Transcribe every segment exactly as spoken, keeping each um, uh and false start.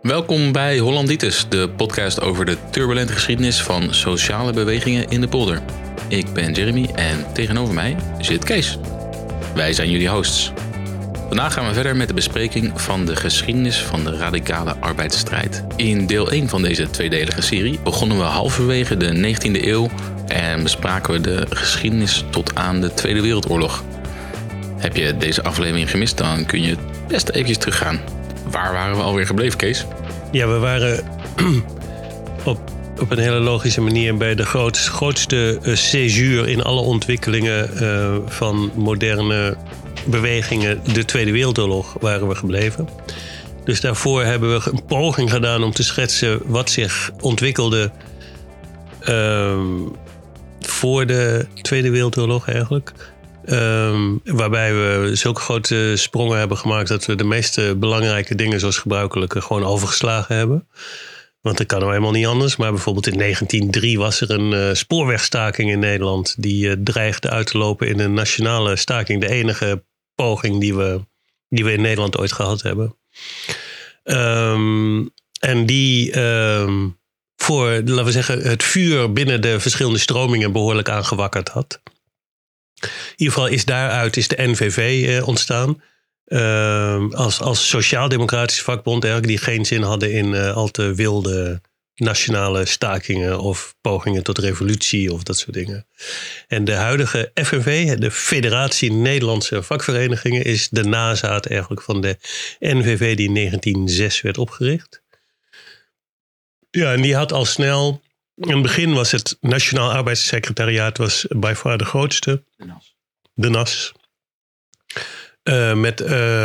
Welkom bij Hollanditis, de podcast over de turbulente geschiedenis van sociale bewegingen in de polder. Ik ben Jeremy en tegenover mij zit Kees. Wij zijn jullie hosts. Vandaag gaan we verder met de bespreking van de geschiedenis van de radicale arbeidsstrijd. In deel één van deze tweedelige serie begonnen we halverwege de negentiende eeuw en bespraken we de geschiedenis tot aan de Tweede Wereldoorlog. Heb je deze aflevering gemist, dan kun je best eventjes teruggaan. Waar waren we alweer gebleven, Kees? Ja, we waren op, op een hele logische manier bij de grootste, grootste uh, césure in alle ontwikkelingen uh, van moderne bewegingen, de Tweede Wereldoorlog, waren we gebleven. Dus daarvoor hebben we een poging gedaan om te schetsen wat zich ontwikkelde uh, voor de Tweede Wereldoorlog eigenlijk. Um, waarbij we zulke grote sprongen hebben gemaakt dat we de meeste belangrijke dingen zoals gebruikelijk gewoon overgeslagen hebben. Want dat kan nou helemaal niet anders. Maar bijvoorbeeld in negentien drie was er een uh, spoorwegstaking in Nederland die uh, dreigde uit te lopen in een nationale staking. De enige poging die we, die we in Nederland ooit gehad hebben. Um, en die um, voor, laten we zeggen, het vuur binnen de verschillende stromingen behoorlijk aangewakkerd had. In ieder geval is daaruit is de N V V eh, ontstaan. Uh, als, als sociaal-democratische vakbond eigenlijk, die geen zin hadden in uh, al te wilde nationale stakingen of pogingen tot revolutie of dat soort dingen. En de huidige F N V, de Federatie Nederlandse Vakverenigingen, is de nazaat eigenlijk van de N V V die in negentien nul zes werd opgericht. Ja, en die had al snel... In het begin was het Nationaal Arbeidssecretariaat was by far de grootste. De N A S. De N A S. Uh, met uh,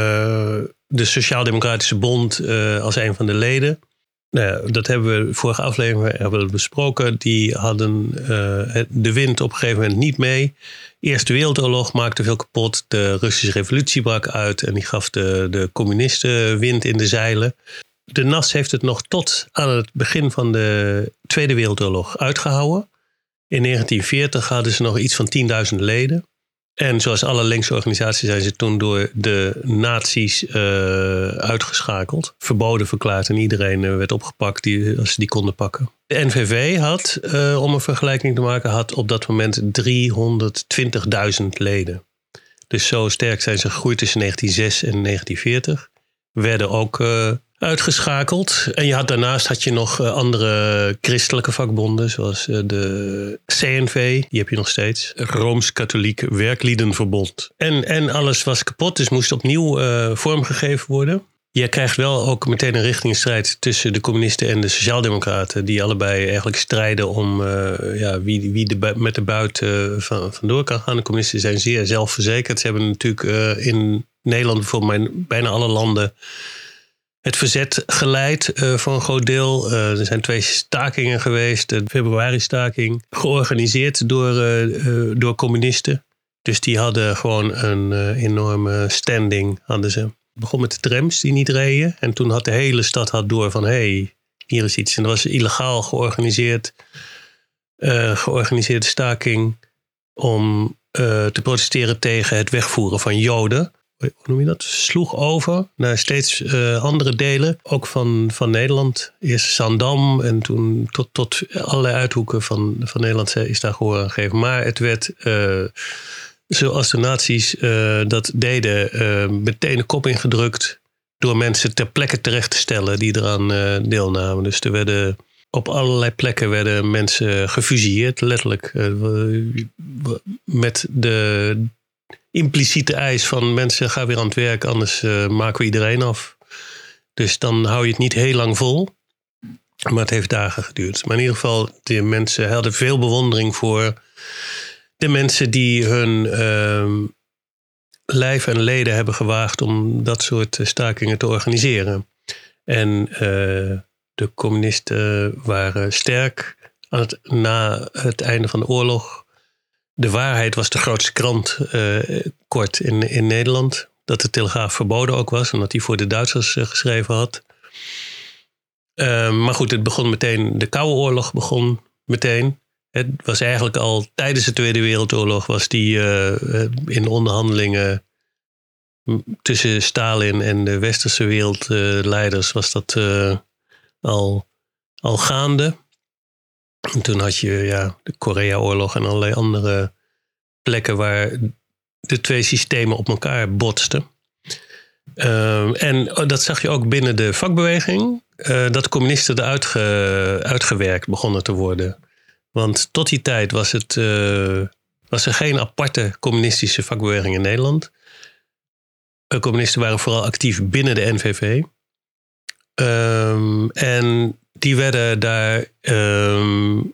de Sociaal-Democratische Bond uh, als een van de leden. Nou ja, dat hebben we vorige aflevering hebben we besproken. Die hadden uh, de wind op een gegeven moment niet mee. Eerste Wereldoorlog maakte veel kapot. De Russische revolutie brak uit. En die gaf de, de communisten wind in de zeilen. De N A S heeft het nog tot aan het begin van de Tweede Wereldoorlog uitgehouden. In negentien veertig hadden ze nog iets van tienduizend leden. En zoals alle linkse organisaties zijn ze toen door de nazi's uh, uitgeschakeld. Verboden verklaard en iedereen uh, werd opgepakt die, als ze die konden pakken. De N V V had, uh, om een vergelijking te maken, had op dat moment driehonderdtwintigduizend leden. Dus zo sterk zijn ze gegroeid tussen negentien zes en negentien veertig. Werden ook... Uh, uitgeschakeld. En je had, daarnaast had je nog uh, andere christelijke vakbonden, zoals uh, de C N V, die heb je nog steeds. Rooms-Katholiek Werkliedenverbond. En, en alles was kapot, dus moest opnieuw uh, vormgegeven worden. Je krijgt wel ook meteen een richtingstrijd tussen de communisten en de sociaaldemocraten, die allebei eigenlijk strijden om uh, ja, wie, wie de, met de buit uh, van, vandoor kan gaan. De communisten zijn zeer zelfverzekerd. Ze hebben natuurlijk uh, in Nederland bijvoorbeeld, maar in bijna alle landen, het verzet geleid uh, voor een groot deel. Uh, er zijn twee stakingen geweest. De februari-staking georganiseerd door, uh, uh, door communisten. Dus die hadden gewoon een uh, enorme standing. Hadden ze. Het begon met de trams die niet reden. En toen had de hele stad had door van... hé, hey, hier is iets. En dat was illegaal georganiseerd. Uh, georganiseerde staking om uh, te protesteren tegen het wegvoeren van Joden. Hoe noem je dat? Sloeg over naar steeds uh, andere delen. Ook van, van Nederland. Eerst Zaandam en toen tot, tot allerlei uithoeken van, van Nederland is daar gehoor aan gegeven. Maar het werd, uh, zoals de nazi's uh, dat deden, uh, meteen de kop ingedrukt door mensen ter plekke terecht te stellen die eraan uh, deelnamen. Dus er werden op allerlei plekken werden mensen gefusilleerd, letterlijk. Uh, met de impliciete eis van mensen, ga weer aan het werk, anders uh, maken we iedereen af. Dus dan hou je het niet heel lang vol. Maar het heeft dagen geduurd. Maar in ieder geval, de mensen hadden veel bewondering voor de mensen die hun uh, lijf en leden hebben gewaagd om dat soort stakingen te organiseren. En uh, de communisten waren sterk aan het, na het einde van de oorlog. De Waarheid was de grootste krant uh, kort in, in Nederland. Dat de Telegraaf verboden ook was, omdat hij voor de Duitsers uh, geschreven had. Uh, maar goed, het begon meteen, de Koude Oorlog begon meteen. Het was eigenlijk al tijdens de Tweede Wereldoorlog was die uh, in onderhandelingen tussen Stalin en de westerse wereldleiders was dat uh, al, al gaande. En toen had je ja, de Korea-oorlog en allerlei andere plekken waar de twee systemen op elkaar botsten. Uh, en dat zag je ook binnen de vakbeweging. Uh, dat communisten eruit ge, uitgewerkt begonnen te worden. Want tot die tijd was, het, uh, was er geen aparte communistische vakbeweging in Nederland. Uh, communisten waren vooral actief binnen de N V V. Um, en die werden daar... Um,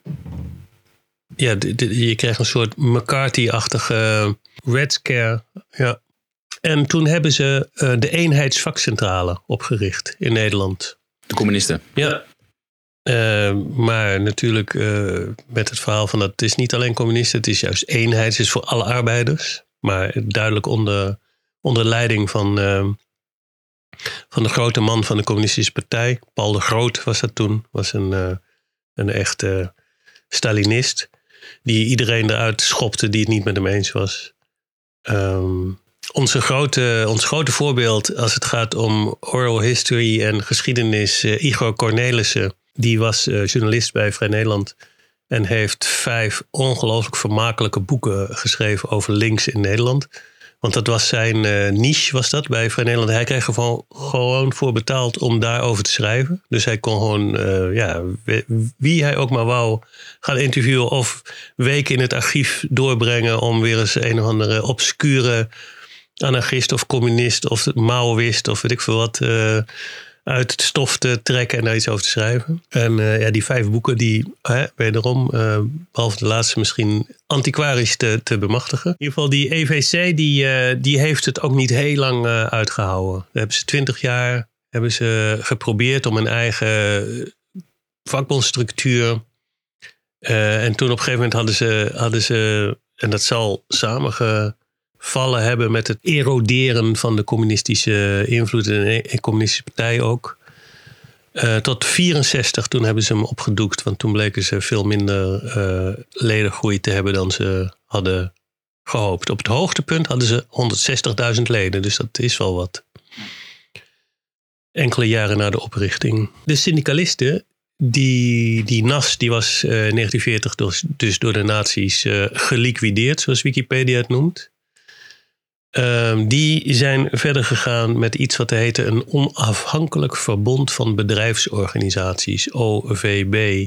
ja, de, de, je kreeg een soort McCarthy-achtige Red Scare. Ja. En toen hebben ze uh, de eenheidsvakcentrale opgericht in Nederland. De communisten? Ja. Uh, maar natuurlijk uh, met het verhaal van dat het is niet alleen communisten. Het is juist eenheid. Het is voor alle arbeiders. Maar duidelijk onder, onder leiding van, uh, van de grote man van de communistische partij. Paul de Groot was dat toen. Was een, uh, een echte Stalinist. Die iedereen eruit schopte die het niet met hem eens was. Um, Onze grote, ons grote voorbeeld als het gaat om oral history en geschiedenis, uh, Igor Cornelissen, die was uh, journalist bij Vrij Nederland en heeft vijf ongelooflijk vermakelijke boeken geschreven over links in Nederland. Want dat was zijn uh, niche, was dat, bij Vrij Nederland. Hij kreeg er gewoon, gewoon voor betaald om daarover te schrijven. Dus hij kon gewoon, uh, ja, wie hij ook maar wou gaan interviewen of weken in het archief doorbrengen om weer eens een of andere obscure anarchist of communist of Maoïst of weet ik veel wat uh, uit het stof te trekken en daar iets over te schrijven. En uh, ja, die vijf boeken die hè, wederom, uh, behalve de laatste misschien antiquarisch te, te bemachtigen. In ieder geval die E V C die, uh, die heeft het ook niet heel lang uh, uitgehouden. Daar hebben ze twintig jaar hebben ze geprobeerd om een eigen vakbondstructuur. Uh, en toen op een gegeven moment hadden ze, hadden ze en dat zal samengevallen hebben met het eroderen van de communistische invloed in de communistische partij ook. Uh, tot vierenzestig, toen hebben ze hem opgedoekt. Want toen bleken ze veel minder uh, ledengroei te hebben dan ze hadden gehoopt. Op het hoogtepunt hadden ze honderdzestigduizend leden. Dus dat is wel wat. Enkele jaren na de oprichting. De syndicalisten, die, die N A S, die was uh, in negentien veertig dus, dus door de nazi's uh, geliquideerd, zoals Wikipedia het noemt. Uh, die zijn verder gegaan met iets wat heette een onafhankelijk verbond van bedrijfsorganisaties, O V B.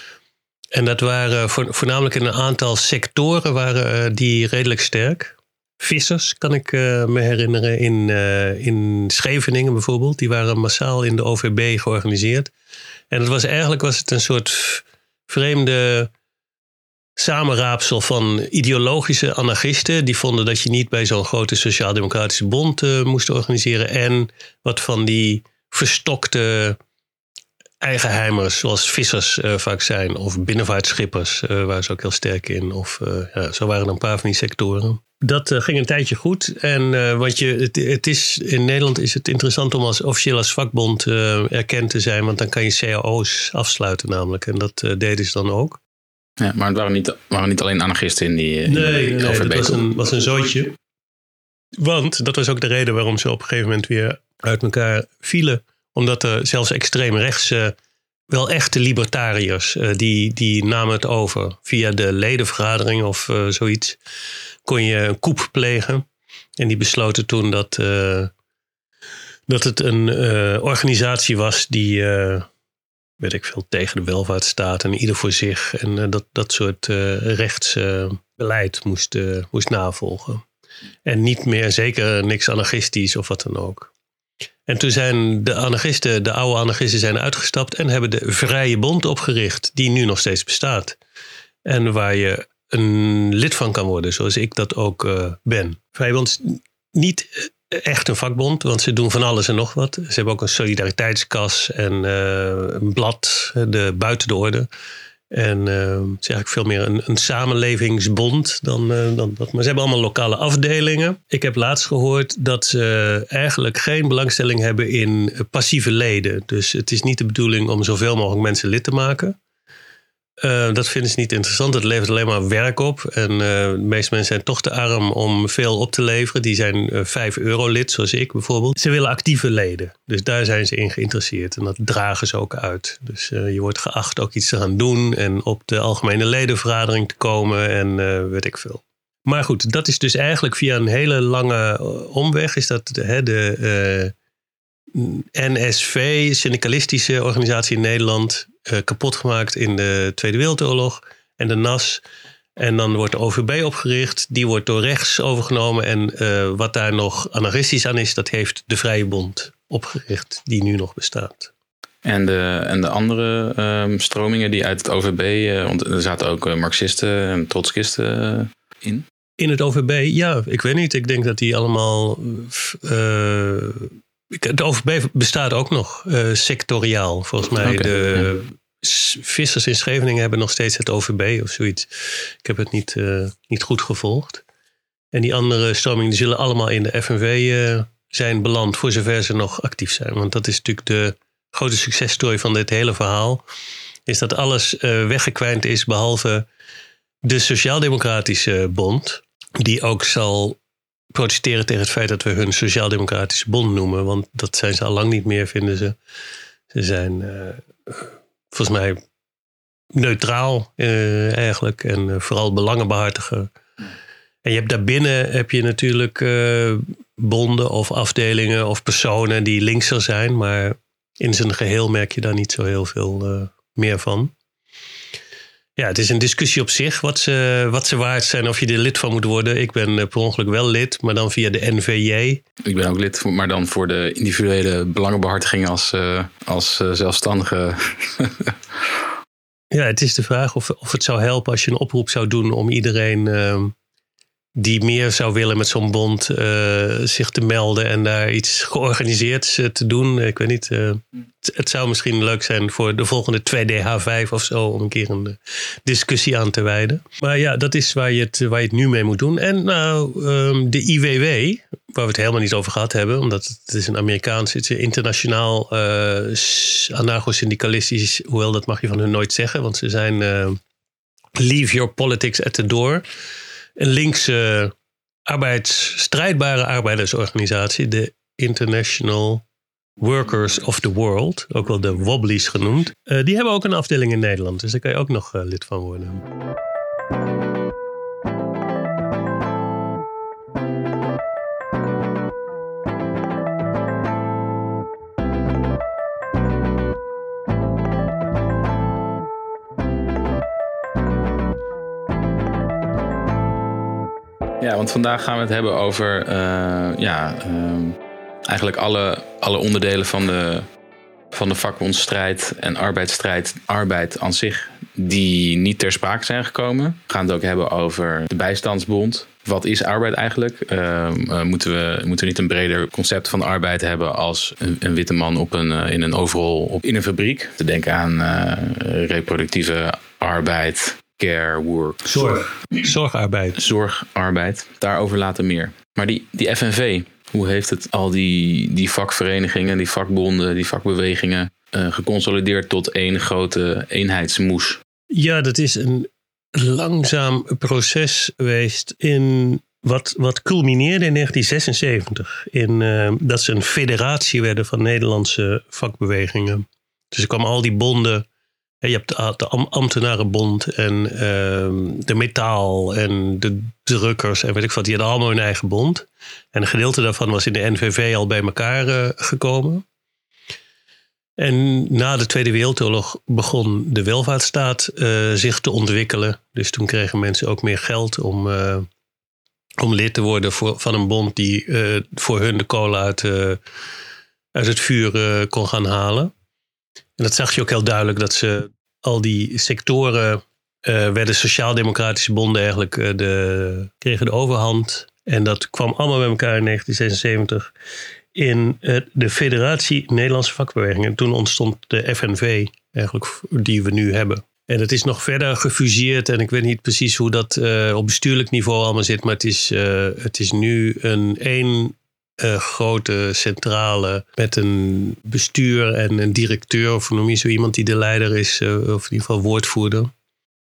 En dat waren vo- voornamelijk in een aantal sectoren waren uh, die redelijk sterk. Vissers, kan ik uh, me herinneren, in, uh, in Scheveningen bijvoorbeeld. Die waren massaal in de O V B georganiseerd. En het was eigenlijk was het een soort vreemde samenraapsel van ideologische anarchisten. Die vonden dat je niet bij zo'n grote sociaal-democratische bond uh, moest organiseren. En wat van die verstokte eigenheimers, zoals vissers uh, vaak zijn. Of binnenvaartschippers, uh, waren ze ook heel sterk in. Of uh, ja, zo waren er een paar van die sectoren. Dat uh, ging een tijdje goed. En uh, want je, het, het is, in Nederland is het interessant om als officieel als vakbond uh, erkend te zijn. Want dan kan je C A O's afsluiten namelijk. En dat uh, deden ze dan ook. Ja, maar het waren niet, waren niet alleen anarchisten in die... In nee, die nee dat was een, was een zooitje. Want dat was ook de reden waarom ze op een gegeven moment weer uit elkaar vielen. Omdat er zelfs extreemrechtse, wel echte libertariërs, uh, die, die namen het over. Via de ledenvergadering of uh, zoiets kon je een coup plegen. En die besloten toen dat, uh, dat het een uh, organisatie was die... Uh, weet ik veel, tegen de welvaartsstaat en ieder voor zich. En uh, dat, dat soort uh, rechtsbeleid uh, moest, uh, moest navolgen. En niet meer, zeker niks anarchistisch of wat dan ook. En toen zijn de anarchisten, de oude anarchisten zijn uitgestapt en hebben de Vrije Bond opgericht, die nu nog steeds bestaat. En waar je een lid van kan worden, zoals ik dat ook uh, ben. Vrije Bond is niet echt een vakbond, want ze doen van alles en nog wat. Ze hebben ook een solidariteitskas en uh, een blad, de buiten de orde. En uh, het is eigenlijk veel meer een, een samenlevingsbond dan, uh, dan dat. Maar ze hebben allemaal lokale afdelingen. Ik heb laatst gehoord dat ze eigenlijk geen belangstelling hebben in passieve leden. Dus het is niet de bedoeling om zoveel mogelijk mensen lid te maken. Uh, dat vinden ze niet interessant. Het levert alleen maar werk op. En uh, de meeste mensen zijn toch te arm om veel op te leveren. Die zijn uh, vijf euro lid, zoals ik bijvoorbeeld. Ze willen actieve leden. Dus daar zijn ze in geïnteresseerd. En dat dragen ze ook uit. Dus uh, je wordt geacht ook iets te gaan doen. En op de algemene ledenvergadering te komen. En uh, weet ik veel. Maar goed, dat is dus eigenlijk via een hele lange omweg. Is dat de... de uh, N S V, syndicalistische organisatie in Nederland, uh, kapot gemaakt in de Tweede Wereldoorlog. En de N A S. En dan wordt de O V B opgericht. Die wordt door rechts overgenomen. En uh, wat daar nog anarchistisch aan is, dat heeft de Vrije Bond opgericht, die nu nog bestaat. En de, en de andere um, stromingen die uit het O V B, uh, want er zaten ook uh, Marxisten en Trotskisten uh, in? In het O V B? Ja, ik weet niet. Ik denk dat die allemaal... Uh, Het O V B bestaat ook nog uh, sectoriaal. Volgens mij okay, de ja. vissers in Scheveningen hebben nog steeds het O V B of zoiets. Ik heb het niet, uh, niet goed gevolgd. En die andere stromingen die zullen allemaal in de F N V uh, zijn beland, voor zover ze nog actief zijn. Want dat is natuurlijk de grote successtory van dit hele verhaal. Is dat alles uh, weggekwijnd is behalve de Sociaal-Democratische Bond. Die ook zal protesteren tegen het feit dat we hun Sociaal-Democratische Bond noemen. Want dat zijn ze al lang niet meer, vinden ze. Ze zijn uh, volgens mij neutraal uh, eigenlijk. En uh, vooral belangenbehartigen. En je hebt daarbinnen heb je natuurlijk uh, bonden of afdelingen of personen die linkser zijn. Maar in zijn geheel merk je daar niet zo heel veel uh, meer van. Ja, het is een discussie op zich wat ze, wat ze waard zijn, of je er lid van moet worden. Ik ben uh, per ongeluk wel lid, maar dan via de N V J. Ik ben ook lid, maar dan voor de individuele belangenbehartiging als, uh, als uh, zelfstandige. Ja, het is de vraag of, of het zou helpen als je een oproep zou doen om iedereen uh, die meer zou willen met zo'n bond uh, zich te melden en daar iets georganiseerds uh, te doen. Ik weet niet, uh, het, het zou misschien leuk zijn voor de volgende twee D H vijf of zo om een keer een uh, discussie aan te wijden. Maar ja, dat is waar je het, waar je het nu mee moet doen. En nou, um, de I W W, waar we het helemaal niet over gehad hebben, omdat het is een Amerikaans, het is een internationaal uh, anarcho-syndicalistisch, hoewel dat mag je van hun nooit zeggen, want ze zijn uh, leave your politics at the door. Een linkse arbeids, strijdbare arbeidersorganisatie, de International Workers of the World, ook wel de Wobblies genoemd. Uh, die hebben ook een afdeling in Nederland, dus daar kan je ook nog uh, lid van worden. Ja, want vandaag gaan we het hebben over uh, ja, uh, eigenlijk alle, alle onderdelen van de, van de vakbondsstrijd en arbeidsstrijd, arbeid aan zich, die niet ter sprake zijn gekomen. We gaan het ook hebben over de bijstandsbond. Wat is arbeid eigenlijk? Uh, uh, moeten, we, moeten we niet een breder concept van arbeid hebben als een, een witte man op een, uh, in een overall op, in een fabriek? Te denken aan uh, reproductieve arbeid, care, work. Zorg. Zorgarbeid. Zorgarbeid. Daarover later meer. Maar die, die F N V, hoe heeft het al die, die vakverenigingen, die vakbonden, die vakbewegingen uh, geconsolideerd tot één grote eenheidsmoes? Ja, dat is een langzaam proces geweest in wat, wat culmineerde in negentien zesenzeventig. In, uh, dat ze een federatie werden van Nederlandse vakbewegingen. Dus er kwamen al die bonden. Je hebt de, de ambtenarenbond en uh, de metaal en de drukkers en weet ik wat. Die hadden allemaal hun eigen bond. En een gedeelte daarvan was in de N V V al bij elkaar uh, gekomen. En na de Tweede Wereldoorlog begon de welvaartsstaat uh, zich te ontwikkelen. Dus toen kregen mensen ook meer geld om, uh, om lid te worden voor, van een bond die uh, voor hun de kolen uit, uh, uit het vuur uh, kon gaan halen. En dat zag je ook heel duidelijk dat ze al die sectoren uh, werden sociaal-democratische bonden eigenlijk uh, de, kregen de overhand. En dat kwam allemaal bij elkaar in negentien zesenzeventig in uh, de Federatie Nederlandse Vakbewegingen. En toen ontstond de F N V eigenlijk die we nu hebben. En het is nog verder gefuseerd en ik weet niet precies hoe dat uh, op bestuurlijk niveau allemaal zit. Maar het is, uh, het is nu een één Uh, grote centrale met een bestuur en een directeur, of noem je zo iemand die de leider is, uh, of in ieder geval woordvoerder.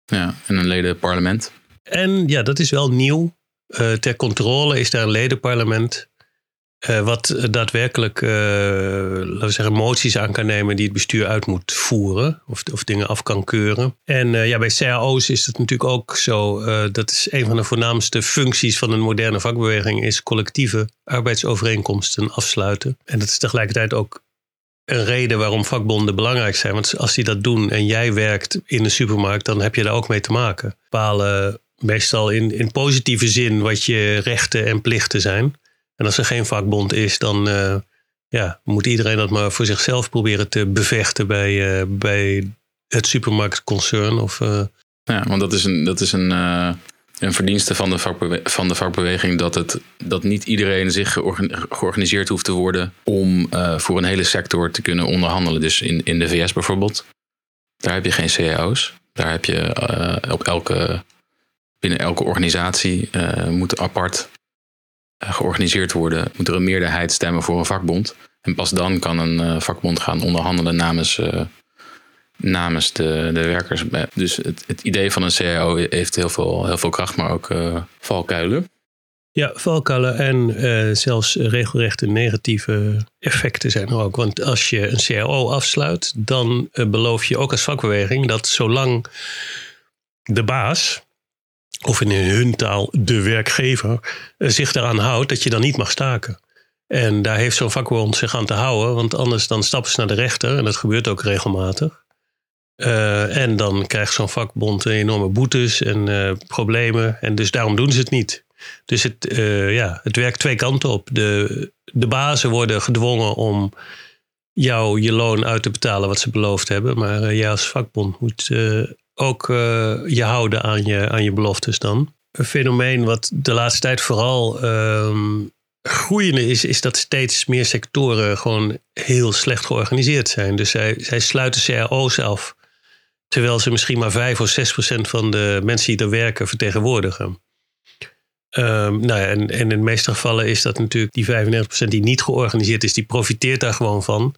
Ja, en een ledenparlement. En ja, dat is wel nieuw. Uh, ter controle is daar een ledenparlement. Uh, wat daadwerkelijk, uh, laten we zeggen, moties aan kan nemen die het bestuur uit moet voeren. Of, of dingen af kan keuren. En uh, ja, bij C A O's is het natuurlijk ook zo. Uh, dat is een van de voornaamste functies van een moderne vakbeweging. Is collectieve arbeidsovereenkomsten afsluiten. En dat is tegelijkertijd ook een reden waarom vakbonden belangrijk zijn. Want als die dat doen en jij werkt in een supermarkt, dan heb je daar ook mee te maken. Bepalen meestal in, in positieve zin wat je rechten en plichten zijn. En als er geen vakbond is, dan uh, ja, moet iedereen dat maar voor zichzelf proberen te bevechten bij, uh, bij het supermarktconcern. Of, uh... Ja, want dat is een, dat is een, uh, een verdienste van de, vakbewe- van de vakbeweging. Dat, het, dat niet iedereen zich georgan- georganiseerd hoeft te worden om uh, voor een hele sector te kunnen onderhandelen. Dus in, in de V S bijvoorbeeld, daar heb je geen C A O's. Daar heb je uh, op elke, binnen elke organisatie uh, moet apart georganiseerd worden, moet er een meerderheid stemmen voor een vakbond. En pas dan kan een uh, vakbond gaan onderhandelen namens, uh, namens de, de werkers. Dus het, het idee van een C A O heeft heel veel, heel veel kracht, maar ook uh, valkuilen. Ja, valkuilen en uh, zelfs regelrechte negatieve effecten zijn er ook. Want als je een C A O afsluit, dan uh, beloof je ook als vakbeweging dat zolang de baas, of in hun taal de werkgever, zich daaraan houdt dat je dan niet mag staken. En daar heeft zo'n vakbond zich aan te houden, want anders dan stappen ze naar de rechter. En dat gebeurt ook regelmatig. Uh, en dan krijgt zo'n vakbond enorme boetes en uh, problemen. En dus daarom doen ze het niet. Dus het, uh, ja, het werkt twee kanten op. De, de bazen worden gedwongen om jou je loon uit te betalen wat ze beloofd hebben. Maar uh, jij als vakbond moet Uh, ook uh, je houden aan je, aan je beloftes dan. Een fenomeen wat de laatste tijd vooral um, groeiende is, is dat steeds meer sectoren gewoon heel slecht georganiseerd zijn. Dus zij, zij sluiten C A O's af, terwijl ze misschien maar vijf of zes procent van de mensen die er werken vertegenwoordigen. Um, nou ja, en, en in de meeste gevallen is dat natuurlijk die vijfennegentig procent die niet georganiseerd is, die profiteert daar gewoon van.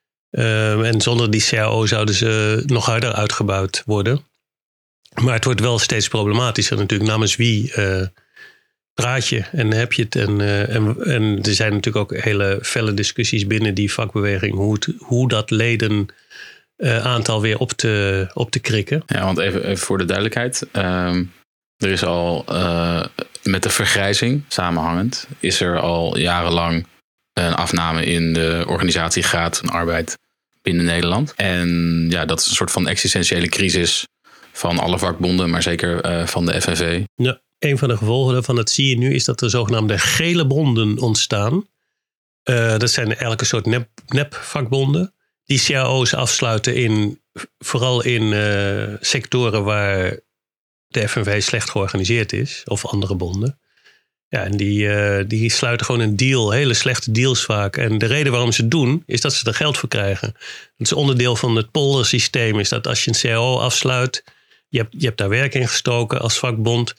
Um, en zonder die C A O zouden ze nog harder uitgebuit worden. Maar het wordt wel steeds problematischer natuurlijk. Namens wie uh, praat je en heb je het? En, uh, en, en er zijn natuurlijk ook hele felle discussies binnen die vakbeweging. Hoe, het, hoe dat leden uh, aantal weer op te, op te krikken. Ja, want even, even voor de duidelijkheid. Um, er is al uh, met de vergrijzing samenhangend. Is er al jarenlang een afname in de organisatiegraad van arbeid binnen Nederland. En ja, dat is een soort van existentiële crisis van alle vakbonden, maar zeker uh, van de F N V. Ja, een van de gevolgen daarvan, dat zie je nu, is dat er zogenaamde gele bonden ontstaan. Uh, dat zijn eigenlijk een soort nep, nep vakbonden. Die C A O's afsluiten in, vooral in uh, sectoren waar de F N V slecht georganiseerd is. Of andere bonden. Ja, en die, uh, die sluiten gewoon een deal, hele slechte deals vaak. En de reden waarom ze het doen, is dat ze er geld voor krijgen. Het is onderdeel van het poldersysteem, is dat als je een C A O afsluit, je hebt, je hebt daar werk in gestoken als vakbond,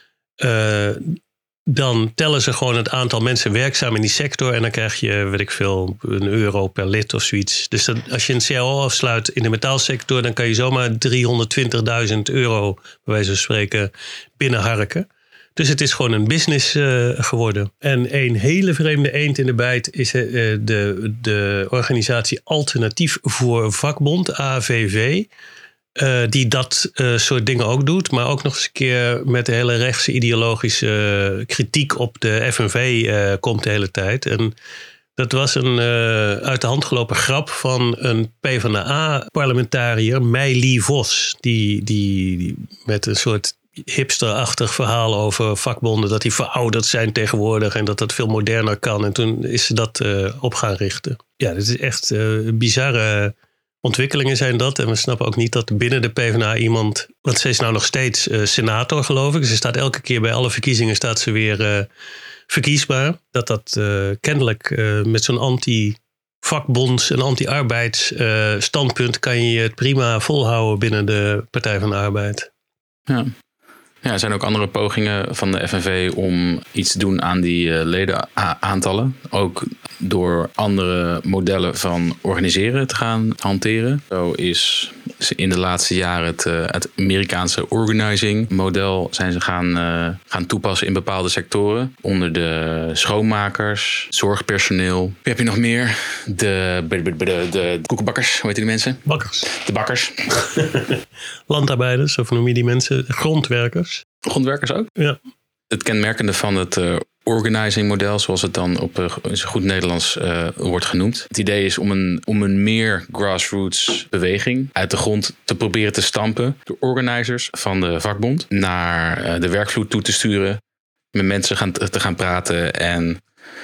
uh, dan tellen ze gewoon het aantal mensen werkzaam in die sector en dan krijg je, weet ik veel, een euro per lid of zoiets. Dus dat, als je een C A O afsluit in de metaalsector, dan kan je zomaar driehonderdtwintigduizend euro, bij wijze van spreken, binnenharken. Dus het is gewoon een business uh, geworden. En een hele vreemde eend in de bijt is uh, de, de organisatie Alternatief voor Vakbond, A V V. Uh, die dat uh, soort dingen ook doet. Maar ook nog eens een keer met de hele rechtse ideologische uh, kritiek op de F N V uh, komt de hele tijd. En dat was een uh, uit de hand gelopen grap van een PvdA-parlementariër, Meili Vos. Die, die, die met een soort hipsterachtig verhaal over vakbonden, dat die verouderd zijn tegenwoordig en dat dat veel moderner kan. En toen is ze dat uh, op gaan richten. Ja, dit is echt uh, bizarre ontwikkelingen zijn dat. En we snappen ook niet dat binnen de PvdA iemand, want ze is nou nog steeds uh, senator geloof ik. Ze staat elke keer bij alle verkiezingen staat ze weer uh, verkiesbaar. Dat dat uh, kennelijk uh, met zo'n anti-vakbonds- en anti-arbeids uh, standpunt kan je het prima volhouden binnen de Partij van de Arbeid. Ja. Ja, er zijn ook andere pogingen van de F N V om iets te doen aan die uh, ledenaantallen. Ook door andere modellen van organiseren te gaan hanteren. Zo is ze in de laatste jaren het, uh, het Amerikaanse organizing model zijn ze gaan, uh, gaan toepassen in bepaalde sectoren. Onder de schoonmakers, zorgpersoneel. Wie heb je nog meer? De, de, de, de, de koekenbakkers, hoe heet die mensen? Bakkers. De bakkers. Landarbeiders, of noem je die mensen? Grondwerkers. Grondwerkers ook? Ja. Het kenmerkende van het uh, organizing model, zoals het dan op uh, goed Nederlands uh, wordt genoemd. Het idee is om een, om een meer grassroots beweging uit de grond te proberen te stampen. De organizers van de vakbond naar uh, de werkvloer toe te sturen. Met mensen gaan, te gaan praten en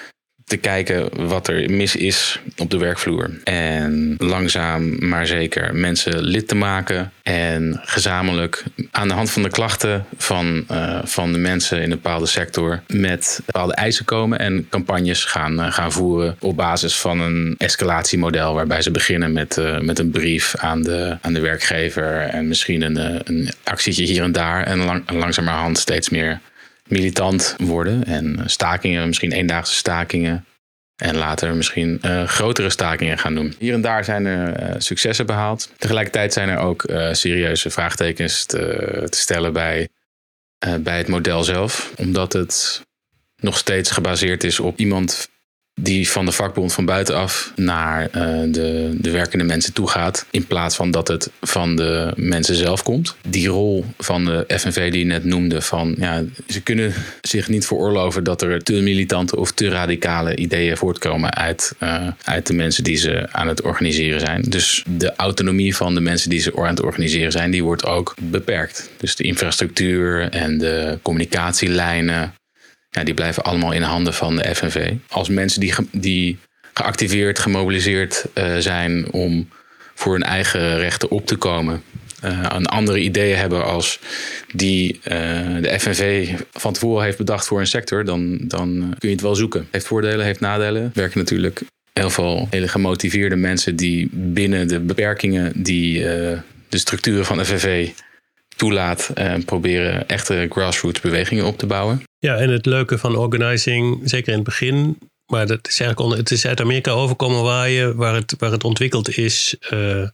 te kijken wat er mis is op de werkvloer. En langzaam maar zeker mensen lid te maken. En gezamenlijk aan de hand van de klachten van, uh, van de mensen in een bepaalde sector met bepaalde eisen komen en campagnes gaan, uh, gaan voeren op basis van een escalatiemodel waarbij ze beginnen met, uh, met een brief aan de, aan de werkgever en misschien een, een actietje hier en daar en lang, langzamerhand steeds meer militant worden en stakingen, misschien eendaagse stakingen. En later misschien uh, grotere stakingen gaan doen. Hier en daar zijn er uh, successen behaald. Tegelijkertijd zijn er ook uh, serieuze vraagtekens te, te stellen bij, uh, bij het model zelf. Omdat het nog steeds gebaseerd is op iemand die van de vakbond van buitenaf naar uh, de, de werkende mensen toe gaat. In plaats van dat het van de mensen zelf komt. Die rol van de F N V die je net noemde. Van, ja, ze kunnen zich niet veroorloven dat er te militante of te radicale ideeën voortkomen uit, uh, uit de mensen die ze aan het organiseren zijn. Dus de autonomie van de mensen die ze aan het organiseren zijn, die wordt ook beperkt. Dus de infrastructuur en de communicatielijnen, ja, die blijven allemaal in handen van de F N V. Als mensen die, ge- die geactiveerd, gemobiliseerd uh, zijn om voor hun eigen rechten op te komen, uh, een andere ideeën hebben als die uh, de F N V van tevoren heeft bedacht voor een sector, dan, dan kun je het wel zoeken. Heeft voordelen, heeft nadelen. Er werken natuurlijk heel veel hele gemotiveerde mensen die binnen de beperkingen die uh, de structuren van de F N V toelaat en proberen echte grassroots bewegingen op te bouwen. Ja, en het leuke van organizing, zeker in het begin, maar dat is eigenlijk onder, het is uit Amerika overkomen waaien, waar het, waar het ontwikkeld is uh,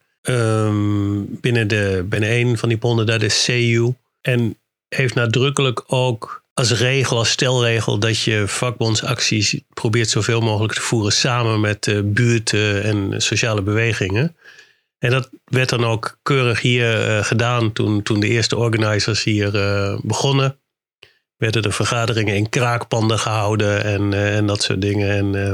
um, binnen, de, binnen een van die bonden, dat is C U. En heeft nadrukkelijk ook als regel, als stelregel, dat je vakbondsacties probeert zoveel mogelijk te voeren samen met uh, buurten en sociale bewegingen. En dat werd dan ook keurig hier uh, gedaan toen, toen de eerste organizers hier uh, begonnen. Werden er vergaderingen in kraakpanden gehouden en, uh, en dat soort dingen. En uh,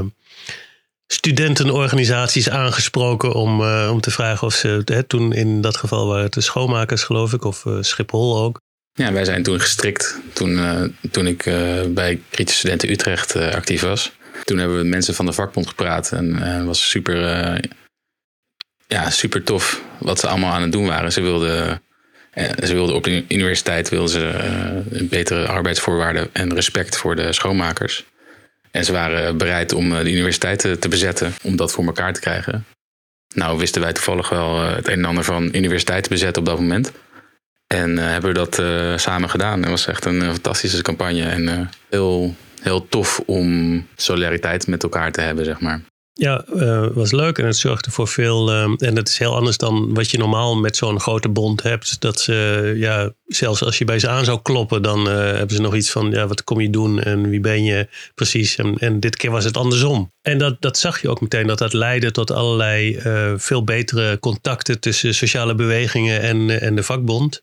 studentenorganisaties aangesproken om, uh, om te vragen of ze, hè, toen in dat geval waren het de schoonmakers geloof ik, of uh, Schiphol ook. Ja, wij zijn toen gestrikt toen, uh, toen ik uh, bij Kritische Studenten Utrecht uh, actief was. Toen hebben we met mensen van de vakbond gepraat en het uh, was super, uh, ja, super tof wat ze allemaal aan het doen waren. Ze wilden... Ze wilden op de universiteit wilden ze, uh, betere arbeidsvoorwaarden en respect voor de schoonmakers. En ze waren bereid om de universiteit te, te bezetten om dat voor elkaar te krijgen. Nou wisten wij toevallig wel uh, het een en ander van universiteit te bezetten op dat moment. En uh, hebben we dat uh, samen gedaan. Het was echt een uh, fantastische campagne en uh, heel, heel tof om solidariteit met elkaar te hebben, zeg maar. Ja, uh, was leuk en het zorgde voor veel. Uh, en dat is heel anders dan wat je normaal met zo'n grote bond hebt. Dat ze, ja, zelfs als je bij ze aan zou kloppen, dan uh, hebben ze nog iets van, ja, wat kom je doen en wie ben je precies? En, en dit keer was het andersom. En dat, dat zag je ook meteen, dat dat leidde tot allerlei uh, veel betere contacten tussen sociale bewegingen en, en de vakbond.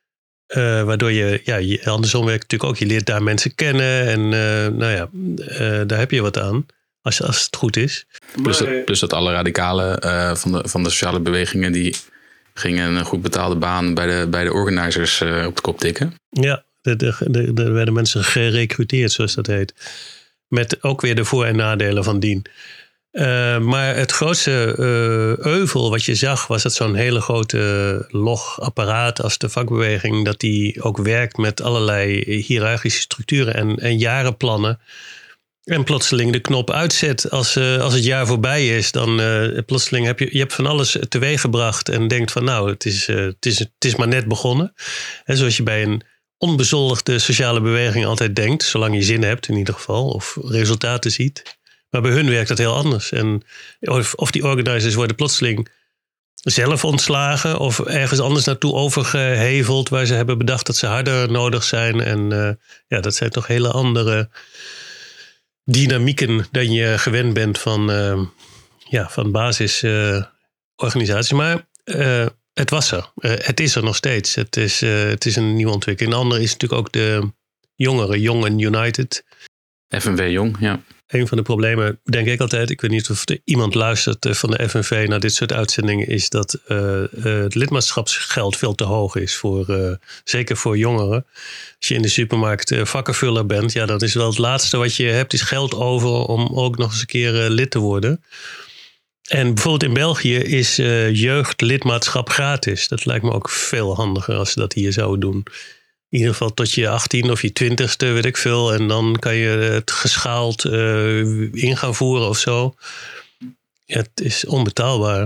Uh, waardoor je, ja, je, andersom werkt natuurlijk ook. Je leert daar mensen kennen en uh, nou ja, uh, daar heb je wat aan. Als, als het goed is. Plus dat, plus dat alle radicalen uh, van, de, van de sociale bewegingen, die gingen een goed betaalde baan bij de, bij de organizers uh, op de kop tikken. Ja, er werden mensen gerecruiteerd, zoals dat heet. Met ook weer de voor- en nadelen van dien. Uh, maar het grootste uh, euvel wat je zag, was dat zo'n hele grote logapparaat als de vakbeweging, dat die ook werkt met allerlei hiërarchische structuren en, en jarenplannen. En plotseling de knop uitzet als, uh, als het jaar voorbij is. Dan uh, plotseling heb je, je hebt van alles teweeggebracht en denkt van nou, het is, uh, het is, het is maar net begonnen. En zoals je bij een onbezoldigde sociale beweging altijd denkt, zolang je zin hebt in ieder geval, of resultaten ziet. Maar bij hun werkt dat heel anders. En of, of die organizers worden plotseling zelf ontslagen of ergens anders naartoe overgeheveld, waar ze hebben bedacht dat ze harder nodig zijn. En uh, ja, dat zijn toch hele andere dynamieken dan je gewend bent van, uh, ja, van basisorganisaties. Uh, maar uh, het was er. Uh, het is er nog steeds. Het is, uh, het is een nieuwe ontwikkeling. Een andere is natuurlijk ook de jongeren, Young and United. F N W Jong, ja. Een van de problemen, denk ik altijd, ik weet niet of er iemand luistert van de F N V naar dit soort uitzendingen, is dat uh, uh, het lidmaatschapsgeld veel te hoog is, voor, uh, zeker voor jongeren. Als je in de supermarkt uh, vakkenvuller bent, ja, dan is wel het laatste wat je hebt, is geld over om ook nog eens een keer uh, lid te worden. En bijvoorbeeld in België is uh, jeugdlidmaatschap gratis. Dat lijkt me ook veel handiger als ze dat hier zouden doen. In ieder geval tot je achttien of je twintigste, weet ik veel. En dan kan je het geschaald uh, in gaan voeren of zo. Ja, het is onbetaalbaar.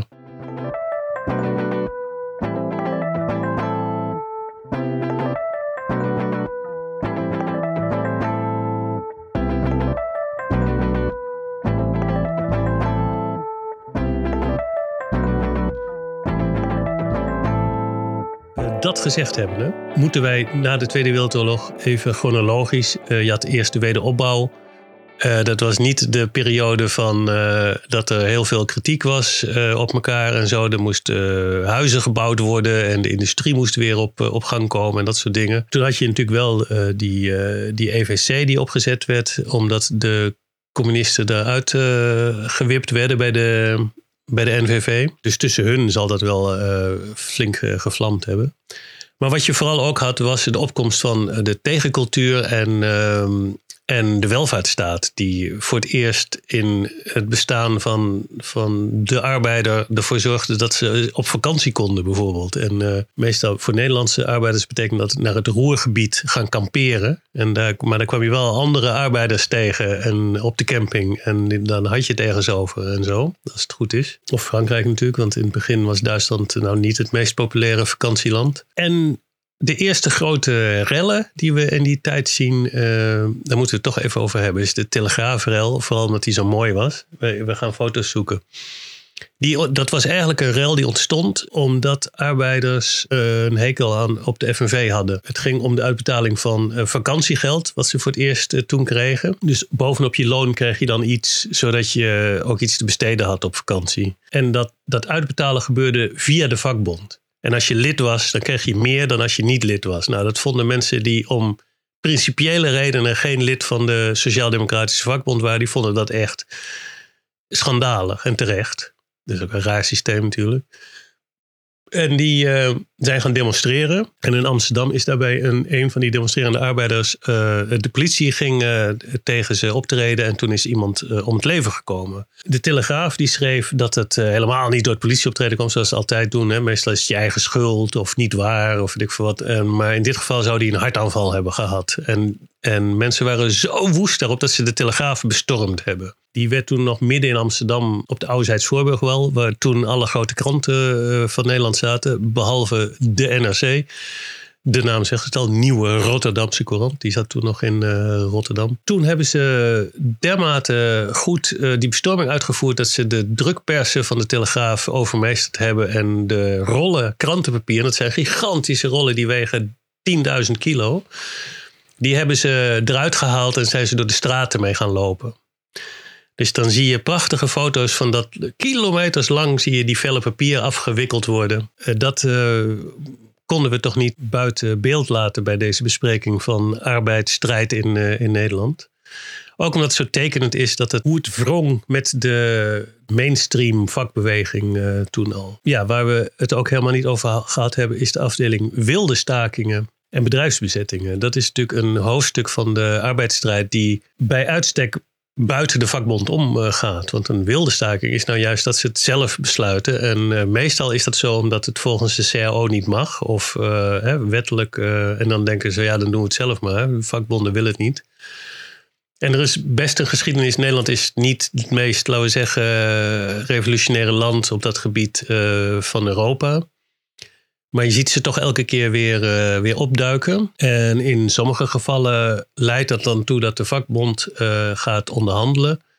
Dat gezegd hebben, moeten wij na de Tweede Wereldoorlog even chronologisch. Uh, je had eerst de wederopbouw. Uh, dat was niet de periode van uh, dat er heel veel kritiek was uh, op elkaar en zo. Er moesten uh, huizen gebouwd worden en de industrie moest weer op, uh, op gang komen en dat soort dingen. Toen had je natuurlijk wel uh, die, uh, die E V C die opgezet werd, omdat de communisten daaruit uh, gewipt werden bij de... bij de N V V. Dus tussen hun zal dat wel uh, flink uh, gevlamd hebben. Maar wat je vooral ook had, was de opkomst van de tegencultuur en, uh, en de welvaartsstaat. Die voor het eerst in het bestaan van, van de arbeider ervoor zorgde dat ze op vakantie konden bijvoorbeeld. En uh, meestal voor Nederlandse arbeiders betekent dat naar het Roergebied gaan kamperen. En daar, maar daar kwam je wel andere arbeiders tegen en op de camping. En dan had je het ergens over en zo, als het goed is. Of Frankrijk natuurlijk, want in het begin was Duitsland nou niet het meest populaire vakantieland. En de eerste grote rellen die we in die tijd zien, uh, daar moeten we het toch even over hebben, is de Telegraafrel. Vooral omdat die zo mooi was. We, we gaan foto's zoeken. Die, dat was eigenlijk een rel die ontstond omdat arbeiders uh, een hekel aan op de F N V hadden. Het ging om de uitbetaling van uh, vakantiegeld, wat ze voor het eerst uh, toen kregen. Dus bovenop je loon kreeg je dan iets, zodat je ook iets te besteden had op vakantie. En dat, dat uitbetalen gebeurde via de vakbond. En als je lid was, dan kreeg je meer dan als je niet lid was. Nou, dat vonden mensen die om principiële redenen geen lid van de Sociaal-Democratische Vakbond waren, die vonden dat echt schandalig en terecht. Dat is ook een raar systeem natuurlijk. En die uh, zijn gaan demonstreren. En in Amsterdam is daarbij een, een van die demonstrerende arbeiders. Uh, de politie ging uh, tegen ze optreden. En toen is iemand uh, om het leven gekomen. De Telegraaf die schreef dat het uh, helemaal niet door het politieoptreden kwam. Zoals ze altijd doen. Hè. Meestal is het je eigen schuld of niet waar. Of weet ik veel wat. En, maar in dit geval zou hij een hartaanval hebben gehad. En, en mensen waren zo woest daarop dat ze de Telegraaf bestormd hebben. Die werd toen nog midden in Amsterdam op de Oudezijds-Voorburg wel. Waar toen alle grote kranten van Nederland zaten. Behalve de N R C. De naam zegt het al. Nieuwe Rotterdamse Courant. Die zat toen nog in uh, Rotterdam. Toen hebben ze dermate goed uh, die bestorming uitgevoerd. Dat ze de drukpersen van de Telegraaf overmeesterd hebben. En de rollen krantenpapier. Dat zijn gigantische rollen. Die wegen tienduizend kilo. Die hebben ze eruit gehaald. En zijn ze door de straten mee gaan lopen. Dus dan zie je prachtige foto's van dat kilometers lang zie je die vellen papier afgewikkeld worden. Dat uh, konden we toch niet buiten beeld laten bij deze bespreking van arbeidsstrijd in, uh, in Nederland. Ook omdat het zo tekenend is dat het hoe het wrong met de mainstream vakbeweging uh, toen al. Ja, waar we het ook helemaal niet over gehad hebben is de afdeling wilde stakingen en bedrijfsbezettingen. Dat is natuurlijk een hoofdstuk van de arbeidsstrijd die bij uitstek buiten de vakbond omgaat. Want een wilde staking is nou juist dat ze het zelf besluiten. En uh, meestal is dat zo omdat het volgens de C A O niet mag. Of uh, hè, wettelijk. Uh, en dan denken ze, ja, dan doen we het zelf maar. De vakbonden willen het niet. En er is best een geschiedenis. Nederland is niet het meest, laten we zeggen, uh, revolutionaire land op dat gebied uh, van Europa. Maar je ziet ze toch elke keer weer, uh, weer opduiken. En in sommige gevallen leidt dat dan toe dat de vakbond uh, gaat onderhandelen.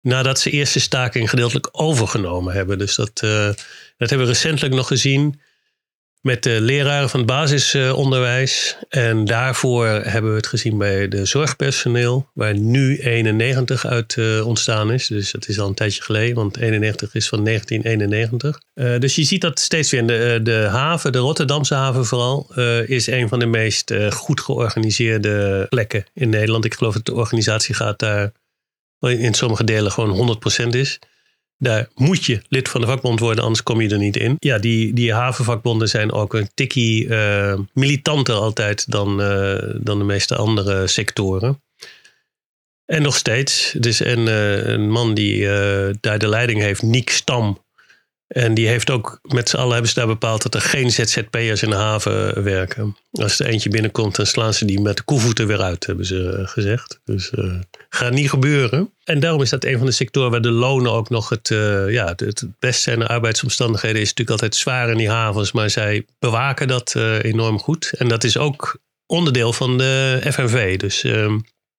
nadat ze eerst de staking gedeeltelijk overgenomen hebben. Dus dat, uh, dat hebben we recentelijk nog gezien met de leraren van het basisonderwijs. En daarvoor hebben we het gezien bij de zorgpersoneel, waar nu eenennegentig uit uh, ontstaan is. Dus dat is al een tijdje geleden, want eenennegentig is van negentien eenennegentig. Uh, dus je ziet dat steeds weer. De, de haven, de Rotterdamse haven vooral, uh, is een van de meest uh, goed georganiseerde plekken in Nederland. Ik geloof dat de organisatie gaat daar in sommige delen gewoon honderd procent is. Daar moet je lid van de vakbond worden, anders kom je er niet in. Ja, die, die havenvakbonden zijn ook een tikkie uh, militanter altijd dan, uh, dan de meeste andere sectoren. En nog steeds. Dus een, uh, een man die uh, daar de leiding heeft, Niek Stam. En die heeft ook, met z'n allen hebben ze daar bepaald dat er geen Z Z P'ers in de haven werken. Als er eentje binnenkomt, dan slaan ze die met de koevoeten weer uit, hebben ze gezegd. Dus uh, gaat niet gebeuren. En daarom is dat een van de sectoren waar de lonen ook nog het, uh, ja, het, het best zijn. De arbeidsomstandigheden is natuurlijk altijd zwaar in die havens, maar zij bewaken dat uh, enorm goed. En dat is ook onderdeel van de F N V. Dus uh,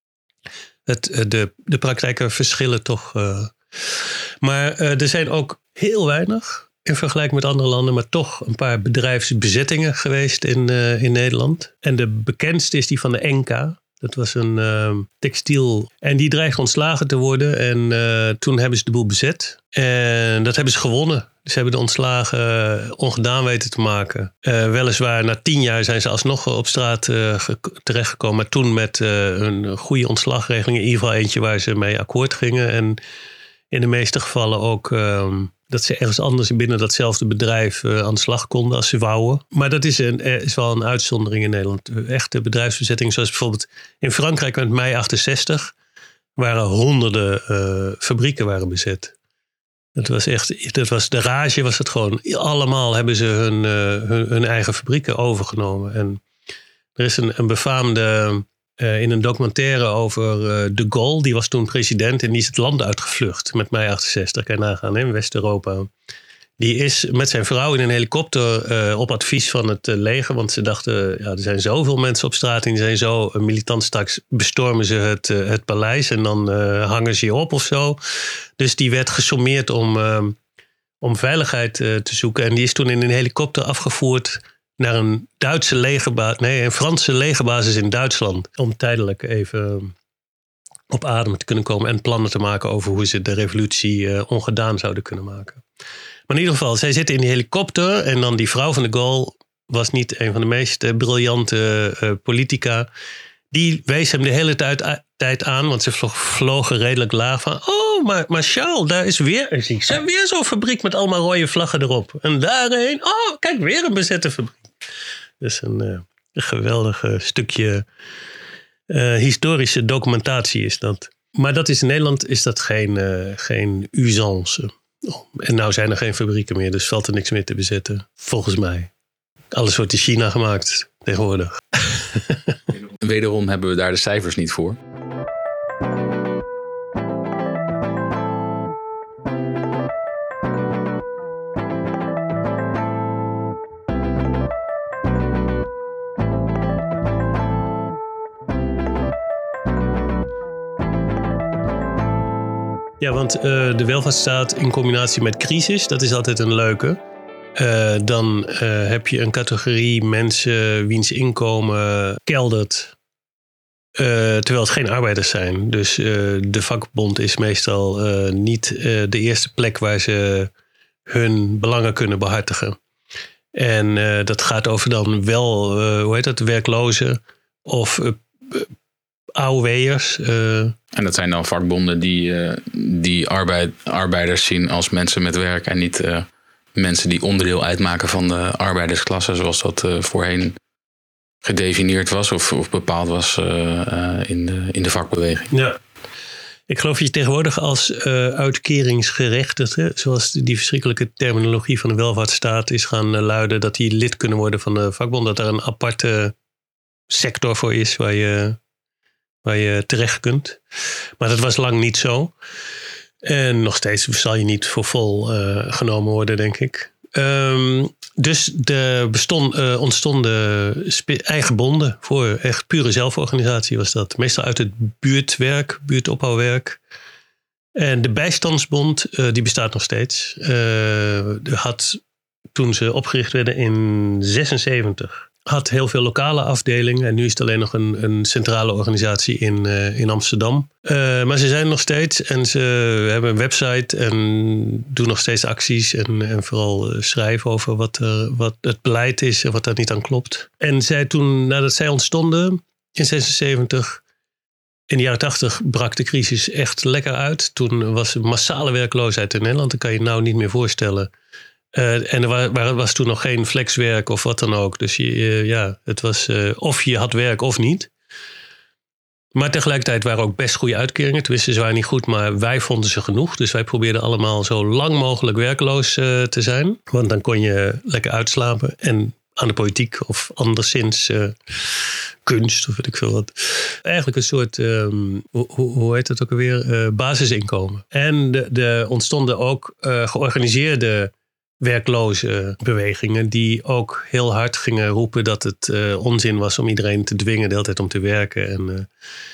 het, de, de praktijken verschillen toch. Uh. Maar uh, er zijn ook heel weinig in vergelijking met andere landen, maar toch een paar bedrijfsbezettingen geweest in, uh, in Nederland. En de bekendste is die van de Enka. Dat was een uh, textiel. En die dreigde ontslagen te worden. En uh, toen hebben ze de boel bezet. En dat hebben ze gewonnen. Ze hebben de ontslagen ongedaan weten te maken. Uh, weliswaar na tien jaar zijn ze alsnog op straat uh, ge- terechtgekomen. Maar toen met uh, een goede ontslagregeling. In ieder geval eentje waar ze mee akkoord gingen. En in de meeste gevallen ook uh, dat ze ergens anders binnen datzelfde bedrijf uh, aan de slag konden als ze wouden. Maar dat is, een, is wel een uitzondering in Nederland. Echte bedrijfsbezetting, zoals bijvoorbeeld in Frankrijk met mei achtenzestig... waren honderden uh, fabrieken waren bezet. Dat was echt, dat was de rage was het gewoon. Allemaal hebben ze hun, uh, hun, hun eigen fabrieken overgenomen. En er is een, een befaamde uh, in een documentaire over uh, de Gaulle. Die was toen president en die is het land uitgevlucht met mei achtenzestig. Kan je nagaan, in West-Europa. Die is met zijn vrouw in een helikopter uh, op advies van het uh, leger. Want ze dachten, ja, er zijn zoveel mensen op straat en die zijn zo uh, militant. Straks bestormen ze het, uh, het paleis en dan uh, hangen ze je op of zo. Dus die werd gesommeerd om, uh, om veiligheid uh, te zoeken. En die is toen in een helikopter afgevoerd naar een Duitse legerbasis, nee, een Franse legerbasis in Duitsland. Om tijdelijk even op adem te kunnen komen en plannen te maken over hoe ze de revolutie uh, ongedaan zouden kunnen maken. Maar in ieder geval, zij zitten in die helikopter en dan die vrouw van de Gaulle was niet een van de meest uh, briljante uh, politica. Die wees hem de hele tijd, tijd aan, want ze vlog, vlogen redelijk laag van, oh, maar, maar Charles, daar is weer, ik zie weer zo'n fabriek met allemaal rode vlaggen erop. En daarheen, oh, kijk, weer een bezette fabriek. Dus een, uh, een geweldig uh, stukje uh, historische documentatie is dat. Maar dat is in Nederland is dat geen, uh, geen usance. Oh, en nou zijn er geen fabrieken meer, dus valt er niks meer te bezetten. Volgens mij. Alles wordt in China gemaakt tegenwoordig. Wederom hebben we daar de cijfers niet voor. Ja, want uh, de welvaartsstaat in combinatie met crisis, dat is altijd een leuke. Uh, dan uh, heb je een categorie mensen wiens inkomen keldert. Uh, terwijl het geen arbeiders zijn. Dus uh, de vakbond is meestal uh, niet uh, de eerste plek waar ze hun belangen kunnen behartigen. En uh, dat gaat over dan wel, uh, hoe heet dat, werklozen of uh, A O W'ers. Uh. En dat zijn dan vakbonden die, uh, die arbeid, arbeiders zien als mensen met werk en niet uh, mensen die onderdeel uitmaken van de arbeidersklasse, zoals dat uh, voorheen gedefinieerd was of, of bepaald was uh, uh, in, de, in de vakbeweging. Ja. Ik geloof dat je tegenwoordig als uh, uitkeringsgerechtigde, zoals die verschrikkelijke terminologie van de welvaartsstaat is gaan uh, luiden, dat die lid kunnen worden van de vakbond, dat er een aparte sector voor is waar je, waar je terecht kunt. Maar dat was lang niet zo. En nog steeds zal je niet voor vol uh, genomen worden, denk ik. Um, dus er bestond, uh, ontstonden spe- eigen bonden voor echt pure zelforganisatie was dat. Meestal uit het buurtwerk, buurtopbouwwerk. En de Bijstandsbond, uh, die bestaat nog steeds. Uh, had, toen ze opgericht werden in zesenzeventig... had heel veel lokale afdelingen. En nu is het alleen nog een, een centrale organisatie in, uh, in Amsterdam. Uh, maar ze zijn er nog steeds. En ze hebben een website. En doen nog steeds acties. En, en vooral schrijven over wat, er, wat het beleid is. En wat daar niet aan klopt. En zij toen, nadat zij ontstonden in zesenzeventig... in de jaren tachtig brak de crisis echt lekker uit. Toen was massale werkloosheid in Nederland. Dat kan je je nou niet meer voorstellen. Uh, en er was, was toen nog geen flexwerk of wat dan ook. Dus je, uh, ja, het was uh, of je had werk of niet. Maar tegelijkertijd waren ook best goede uitkeringen. Tenminste, ze waren niet goed, maar wij vonden ze genoeg. Dus wij probeerden allemaal zo lang mogelijk werkloos uh, te zijn. Want dan kon je lekker uitslapen. En aan de politiek of anderszins uh, kunst of weet ik veel wat. Eigenlijk een soort, um, hoe, hoe heet het ook alweer, uh, basisinkomen. En er ontstonden ook uh, georganiseerde werkloze bewegingen die ook heel hard gingen roepen dat het uh, onzin was om iedereen te dwingen de hele tijd om te werken. En uh,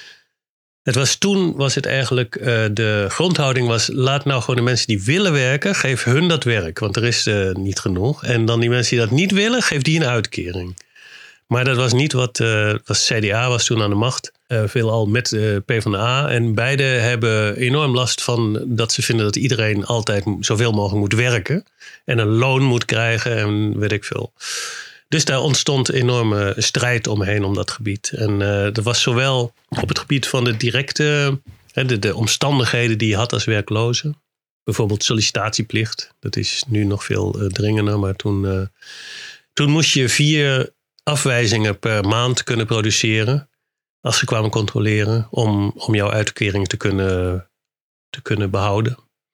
het was toen was het eigenlijk uh, de grondhouding was, laat nou gewoon de mensen die willen werken, geef hun dat werk, want er is uh, niet genoeg. En dan die mensen die dat niet willen, geef die een uitkering. Maar dat was niet wat, uh, was C D A was toen aan de macht, uh, veelal met uh, PvdA. En beide hebben enorm last van dat ze vinden dat iedereen altijd zoveel mogelijk moet werken. En een loon moet krijgen en weet ik veel. Dus daar ontstond enorme strijd omheen om dat gebied. En uh, er was zowel op het gebied van de directe, uh, de, de omstandigheden die je had als werkloze. Bijvoorbeeld sollicitatieplicht. Dat is nu nog veel uh, dringender. Maar toen, uh, toen moest je vier afwijzingen per maand kunnen produceren. Als ze kwamen controleren. Om, om jouw uitkering te kunnen, te kunnen behouden.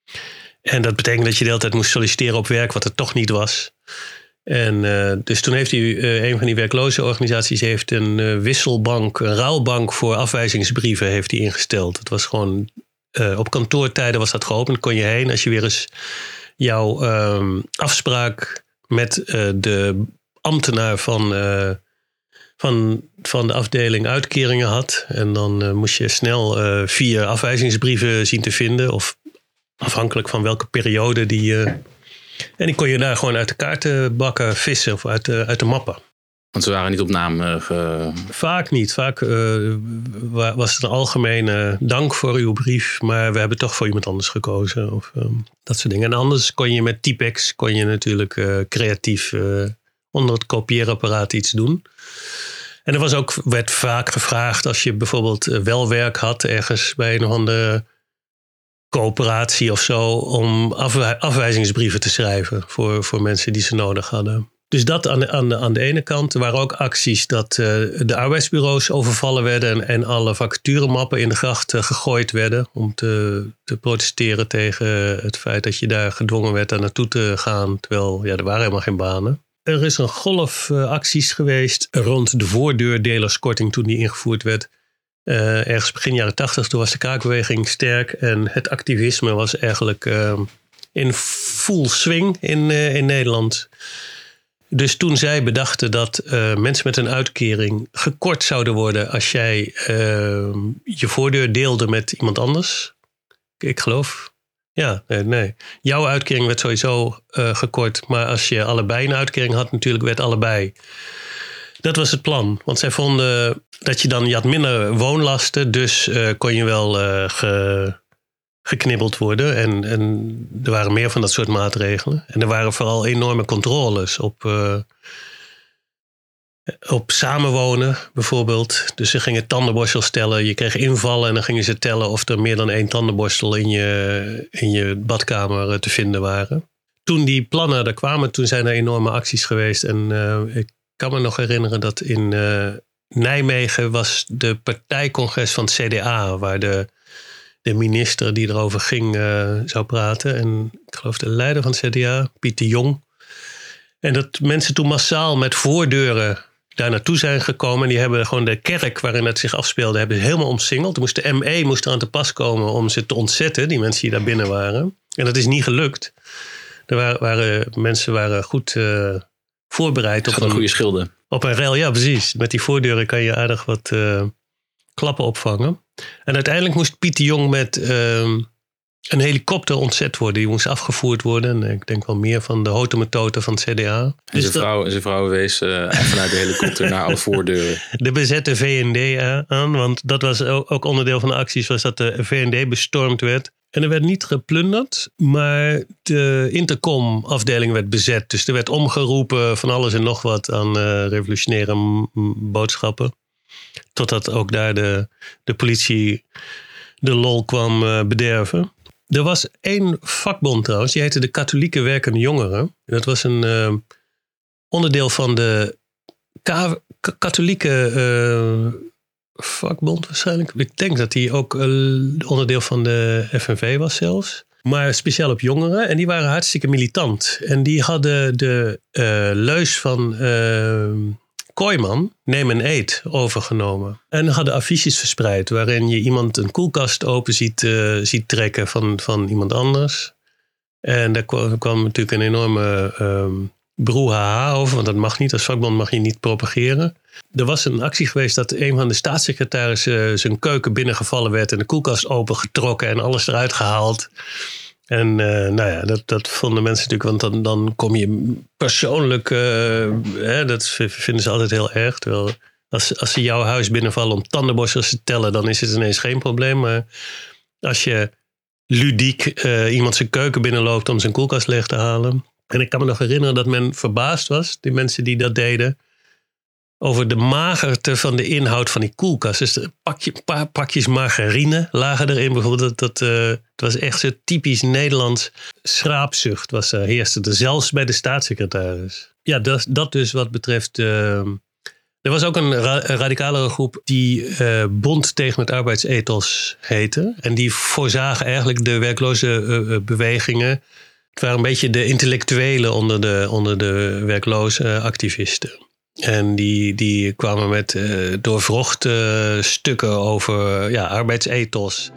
En dat betekent dat je de hele tijd moest solliciteren op werk wat er toch niet was. En uh, dus toen heeft hij, uh, een van die werkloze organisaties heeft een uh, wisselbank, een ruilbank voor afwijzingsbrieven heeft hij ingesteld. Het was gewoon, uh, op kantoortijden was dat geopend. Kon je heen als je weer eens jouw uh, afspraak met uh, de ambtenaar van, uh, van, van de afdeling uitkeringen had. En dan uh, moest je snel uh, vier afwijzingsbrieven zien te vinden. Of afhankelijk van welke periode die... Uh, en die kon je daar gewoon uit de kaartenbakken vissen of uit de, uit de mappen. Want ze waren niet op naam uh, ge... Vaak niet. Vaak uh, was het een algemene dank voor uw brief, maar we hebben toch voor iemand anders gekozen. Of um, dat soort dingen. En anders kon je met Typex kon je natuurlijk uh, creatief uh, onder het kopieerapparaat iets doen. En er was ook, werd vaak gevraagd als je bijvoorbeeld wel werk had ergens bij een of andere coöperatie of zo, om afwij- afwijzingsbrieven te schrijven voor, voor mensen die ze nodig hadden. Dus dat aan de, aan de, aan de ene kant. Er waren ook acties dat uh, de arbeidsbureaus overvallen werden en, en alle vacaturemappen in de gracht uh, gegooid werden om te, te protesteren tegen het feit dat je daar gedwongen werd daar naartoe te gaan, terwijl ja, er waren helemaal geen banen. Er is een golf uh, acties geweest rond de voordeurdelerskorting toen die ingevoerd werd. Uh, ergens begin jaren tachtig, toen was de kraakbeweging sterk en het activisme was eigenlijk uh, in full swing in, uh, in Nederland. Dus toen zij bedachten dat uh, mensen met een uitkering gekort zouden worden als jij uh, je voordeur deelde met iemand anders. Ik geloof. Ja, nee, nee. Jouw uitkering werd sowieso uh, gekort, maar als je allebei een uitkering had, natuurlijk werd allebei. Dat was het plan. Want zij vonden dat je dan, je had minder woonlasten. Dus uh, kon je wel uh, ge, geknibbeld worden. En, en er waren meer van dat soort maatregelen. En er waren vooral enorme controles op, uh, op samenwonen bijvoorbeeld. Dus ze gingen tandenborstels tellen. Je kreeg invallen en dan gingen ze tellen of er meer dan één tandenborstel in je, in je badkamer te vinden waren. Toen die plannen er kwamen, toen zijn er enorme acties geweest. En uh, ik Ik kan me nog herinneren dat in uh, Nijmegen was de partijcongres van het C D A, waar de, de minister die erover ging uh, zou praten. En ik geloof de leider van het C D A, Piet de Jong. En dat mensen toen massaal met voordeuren daar naartoe zijn gekomen. En die hebben gewoon de kerk waarin het zich afspeelde, hebben helemaal omsingeld. Moest de M E moest eraan te pas komen om ze te ontzetten, die mensen die daar binnen waren. En dat is niet gelukt. Er waren, waren mensen waren goed Uh, voorbereid op een, een goede schilder. Op een rail, ja precies. Met die voordeuren kan je aardig wat uh, klappen opvangen. En uiteindelijk moest Piet de Jong met uh, een helikopter ontzet worden. Die moest afgevoerd worden. En ik denk wel meer van de hotemetoten van het C D A. En Dus zijn vrouw, dat... zijn vrouw wees uh, vanuit de helikopter naar alle voordeuren. De bezette V N D aan. Want dat was ook onderdeel van de acties. Was dat de V N D bestormd werd. En er werd niet geplunderd. Maar de intercom-afdeling werd bezet. Dus er werd omgeroepen van alles en nog wat aan uh, revolutionaire m- boodschappen. Totdat ook daar de, de politie de lol kwam uh, bederven. Er was één vakbond trouwens, die heette de Katholieke Werkende Jongeren. Dat was een uh, onderdeel van de K- K- katholieke uh, vakbond waarschijnlijk. Ik denk dat die ook uh, onderdeel van de F N V was zelfs. Maar speciaal op jongeren. En die waren hartstikke militant. En die hadden de uh, leus van uh, Kooijman, Neem een Eed, overgenomen. En hadden affiches verspreid waarin je iemand een koelkast open ziet, uh, ziet trekken van, van iemand anders. En daar kwam, kwam natuurlijk een enorme um, brouhaha over, want dat mag niet. Als vakbond mag je niet propageren. Er was een actie geweest dat een van de staatssecretarissen zijn keuken binnengevallen werd en de koelkast opengetrokken en alles eruit gehaald. En uh, nou ja, dat, dat vonden mensen natuurlijk, want dan, dan kom je persoonlijk, uh, hè, dat vinden ze altijd heel erg. Terwijl als, als ze jouw huis binnenvallen om tandenborstels te tellen, dan is het ineens geen probleem. Maar als je ludiek uh, iemand zijn keuken binnenloopt om zijn koelkast leeg te halen. En ik kan me nog herinneren dat men verbaasd was, die mensen die dat deden, over de magerte van de inhoud van die koelkast. Dus een pakje, paar pakjes margarine lagen erin. Bijvoorbeeld, dat, dat, uh, het was echt zo typisch Nederlands schraapzucht. Was, uh, heerste er zelfs bij de staatssecretaris. Ja, dat, dat dus wat betreft. Uh, er was ook een, ra- een radicalere groep die uh, Bond tegen het arbeidsethos heette. En die voorzagen eigenlijk de werkloze uh, bewegingen. Het waren een beetje de intellectuelen onder de, onder de werkloze activisten. En die, die kwamen met uh, doorvrochte uh, stukken over ja, arbeidsethos.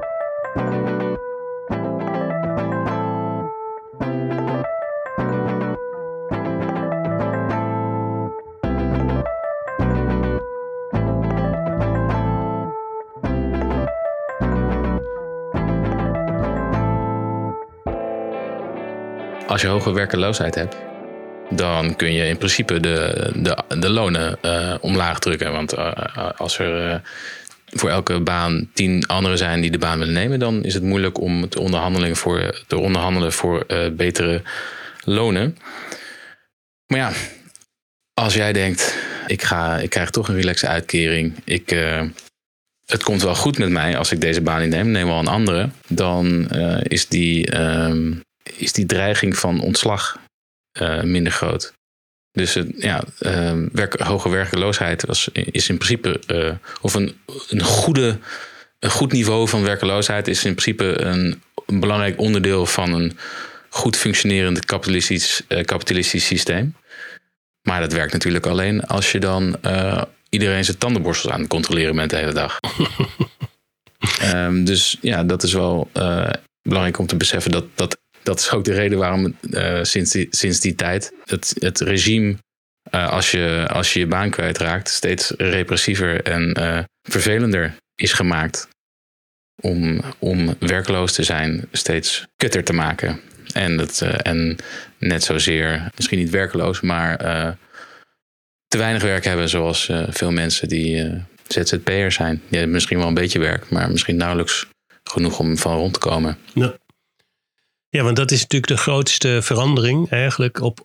Als je hoge werkeloosheid hebt, dan kun je in principe de, de, de lonen uh, omlaag drukken. Want uh, als er uh, voor elke baan tien anderen zijn die de baan willen nemen, dan is het moeilijk om te onderhandelen voor, te onderhandelen voor uh, betere lonen. Maar ja, als jij denkt, ik, ga, ik krijg toch een relaxe uitkering. Ik, uh, het komt wel goed met mij als ik deze baan niet neem, neem wel een andere. Dan uh, is die... Uh, is die dreiging van ontslag uh, minder groot. Dus uh, ja, uh, werk, hoge werkeloosheid was, is in principe... Uh, of een, een, goede, een goed niveau van werkeloosheid is in principe een, een belangrijk onderdeel van een goed functionerend kapitalistisch, uh, kapitalistisch systeem. Maar dat werkt natuurlijk alleen als je dan uh, iedereen zijn tandenborstels aan het controleren bent de hele dag. um, dus ja, dat is wel uh, belangrijk om te beseffen dat... dat Dat is ook de reden waarom uh, sinds, die, sinds die tijd het, het regime, uh, als, je, als je je baan kwijtraakt, steeds repressiever en uh, vervelender is gemaakt. Om, om werkloos te zijn steeds kutter te maken. En, dat, uh, en net zozeer, misschien niet werkloos, maar uh, te weinig werk hebben, zoals uh, veel mensen die uh, Z Z P'er zijn. Die hebben misschien wel een beetje werk, maar misschien nauwelijks genoeg om van rond te komen. Ja. Ja, want dat is natuurlijk de grootste verandering eigenlijk op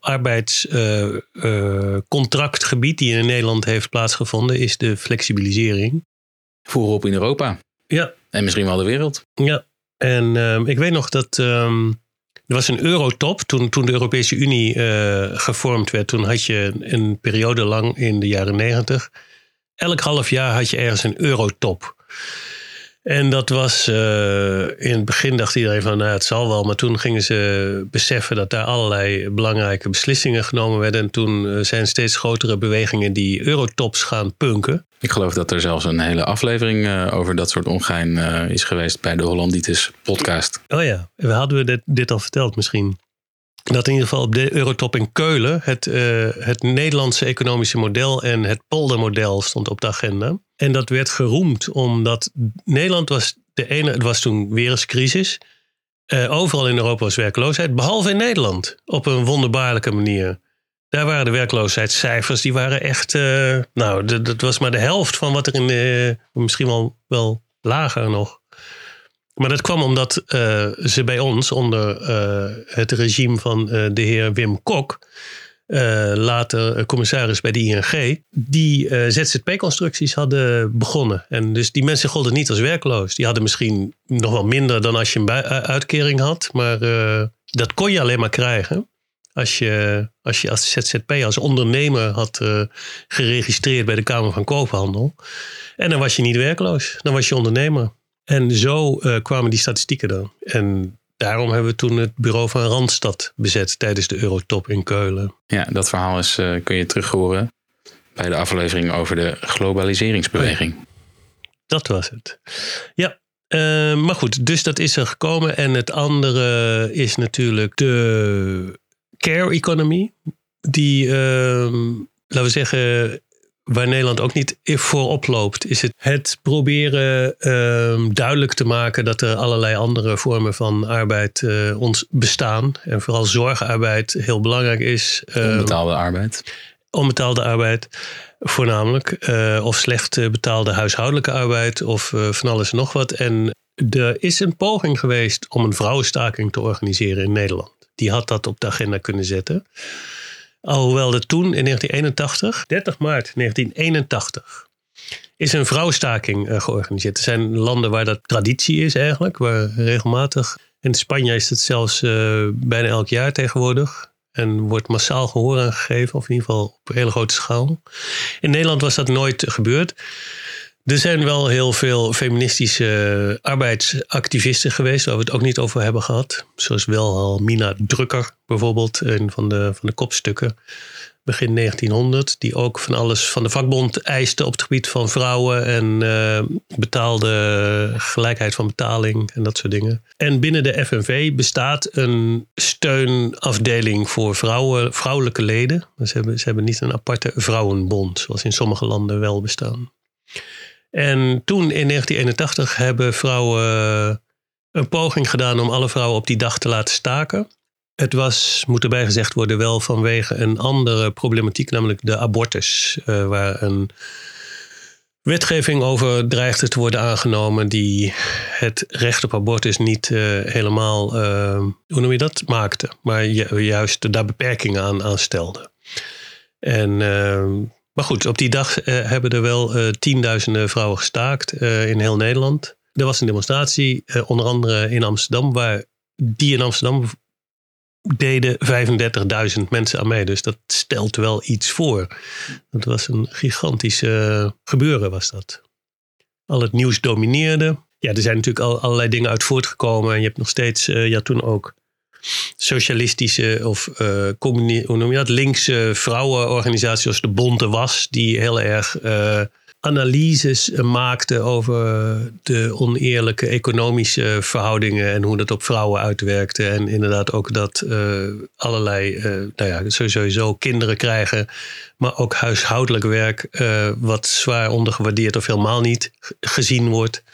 arbeidscontractgebied uh, uh, die in Nederland heeft plaatsgevonden, is de flexibilisering. Voorop in Europa. Ja. En misschien wel de wereld. Ja, en uh, ik weet nog dat um, er was een eurotop toen, toen de Europese Unie uh, gevormd werd. Toen had je een periode lang in de jaren negentig. Elk half jaar had je ergens een eurotop. En dat was, uh, in het begin dacht iedereen van, nou het zal wel. Maar toen gingen ze beseffen dat daar allerlei belangrijke beslissingen genomen werden. En toen uh, zijn steeds grotere bewegingen die eurotops gaan punken. Ik geloof dat er zelfs een hele aflevering uh, over dat soort ongein uh, is geweest bij de Hollanditis podcast. Oh ja, hadden we dit, dit al verteld misschien. Dat in ieder geval op de Eurotop in Keulen het, uh, het Nederlandse economische model en het poldermodel stond op de agenda. En dat werd geroemd omdat Nederland was de ene, het was toen weer eens crisis. Uh, overal in Europa was werkloosheid, behalve in Nederland. Op een wonderbaarlijke manier. Daar waren de werkloosheidscijfers, die waren echt... Uh, nou, d- dat was maar de helft van wat er in... Uh, misschien wel, wel lager nog. Maar dat kwam omdat uh, ze bij ons, onder uh, het regime van uh, de heer Wim Kok... Uh, later commissaris bij de I N G... die uh, Z Z P-constructies hadden begonnen. En dus die mensen golden niet als werkloos. Die hadden misschien nog wel minder dan als je een bui- uitkering had. Maar uh, dat kon je alleen maar krijgen... Als je, als je als Z Z P, als ondernemer had uh, geregistreerd bij de Kamer van Koophandel. En dan was je niet werkloos. Dan was je ondernemer. En zo uh, kwamen die statistieken dan. En daarom hebben we toen het bureau van Randstad bezet tijdens de Eurotop in Keulen. Ja, dat verhaal is, uh, kun je terug horen bij de aflevering over de globaliseringsbeweging. Dat was het. Ja. Uh, maar goed, dus dat is er gekomen. En het andere is natuurlijk de care economy. Die, uh, laten we zeggen, waar Nederland ook niet voor oploopt, is het, het proberen uh, duidelijk te maken dat er allerlei andere vormen van arbeid uh, ons bestaan. En vooral zorgarbeid heel belangrijk is. Uh, onbetaalde arbeid. Onbetaalde arbeid voornamelijk. Uh, of slecht betaalde huishoudelijke arbeid. Of uh, van alles en nog wat. En er is een poging geweest om een vrouwenstaking te organiseren in Nederland. Die had dat op de agenda kunnen zetten. Alhoewel er toen in negentien eenentachtig, dertig maart negentien eenentachtig, is een vrouwenstaking uh, georganiseerd. Er zijn landen waar dat traditie is eigenlijk, waar regelmatig. In Spanje is het zelfs uh, bijna elk jaar tegenwoordig. En wordt massaal gehoor aan gegeven, of in ieder geval op een hele grote schaal. In Nederland was dat nooit gebeurd. Er zijn wel heel veel feministische arbeidsactivisten geweest, waar we het ook niet over hebben gehad. Zoals Wilhelmina Drucker bijvoorbeeld, een van de, van de kopstukken. Begin negentienhonderd, die ook van alles van de vakbond eiste op het gebied van vrouwen en uh, betaalde gelijkheid van betaling en dat soort dingen. En binnen de F N V bestaat een steunafdeling voor vrouwen, vrouwelijke leden. Ze hebben, ze hebben niet een aparte vrouwenbond, zoals in sommige landen wel bestaan. En toen in negentien eenentachtig hebben vrouwen een poging gedaan om alle vrouwen op die dag te laten staken. Het was, moet erbij gezegd worden, wel vanwege een andere problematiek, namelijk de abortus. Uh, waar een wetgeving over dreigde te worden aangenomen die het recht op abortus niet uh, helemaal, uh, hoe noem je dat, maakte. Maar ju- juist daar beperkingen aan, aan stelde. En, uh, maar goed, op die dag uh, hebben er wel uh, tienduizenden vrouwen gestaakt uh, in heel Nederland. Er was een demonstratie, uh, onder andere in Amsterdam, waar die in Amsterdam deden vijfendertigduizend mensen aan mee. Dus dat stelt wel iets voor. Dat was een gigantische gebeuren was dat. Al het nieuws domineerde. Ja, er zijn natuurlijk al allerlei dingen uit voortgekomen. En je hebt nog steeds, uh, ja toen ook socialistische of uh, communi- hoe noem je dat? linkse vrouwenorganisaties zoals de Bonte Was. Die heel erg uh, analyses maakte over de oneerlijke economische verhoudingen en hoe dat op vrouwen uitwerkte. En inderdaad ook dat uh, allerlei, uh, nou ja, sowieso kinderen krijgen, maar ook huishoudelijk werk, uh, wat zwaar ondergewaardeerd of helemaal niet gezien wordt.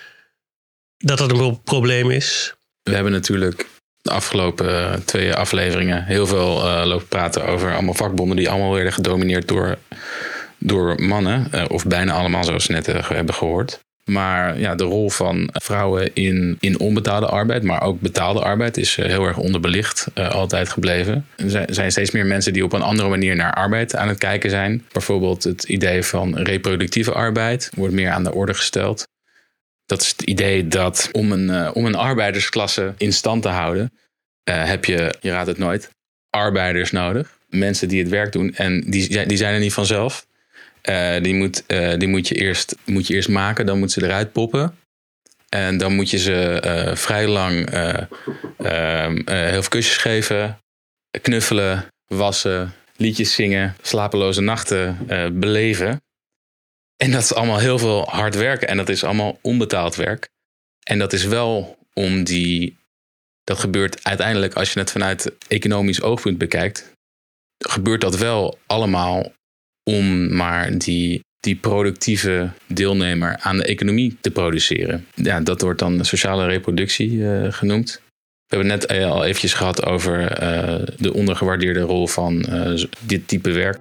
Dat dat een probleem is. We hebben natuurlijk de afgelopen twee afleveringen heel veel uh, lopen praten over allemaal vakbonden die allemaal werden gedomineerd door door mannen, of bijna allemaal zoals we net hebben gehoord. Maar ja, de rol van vrouwen in, in onbetaalde arbeid, maar ook betaalde arbeid is heel erg onderbelicht, uh, altijd gebleven. Er zijn steeds meer mensen die op een andere manier naar arbeid aan het kijken zijn. Bijvoorbeeld het idee van reproductieve arbeid wordt meer aan de orde gesteld. Dat is het idee dat om een, uh, om een arbeidersklasse in stand te houden, uh, heb je, je raadt het nooit, arbeiders nodig. Mensen die het werk doen en die, die zijn er niet vanzelf. Uh, die moet, uh, die moet, je eerst, moet je eerst maken, dan moet ze eruit poppen. En dan moet je ze uh, vrij lang uh, uh, uh, heel veel kusjes geven, knuffelen, wassen, liedjes zingen, slapeloze nachten uh, beleven. En dat is allemaal heel veel hard werken en dat is allemaal onbetaald werk. En dat is wel om die, dat gebeurt uiteindelijk als je het vanuit economisch oogpunt bekijkt, gebeurt dat wel allemaal om maar die, die productieve deelnemer aan de economie te produceren. Ja, dat wordt dan sociale reproductie uh, genoemd. We hebben het net al eventjes gehad over uh, de ondergewaardeerde rol van uh, dit type werk.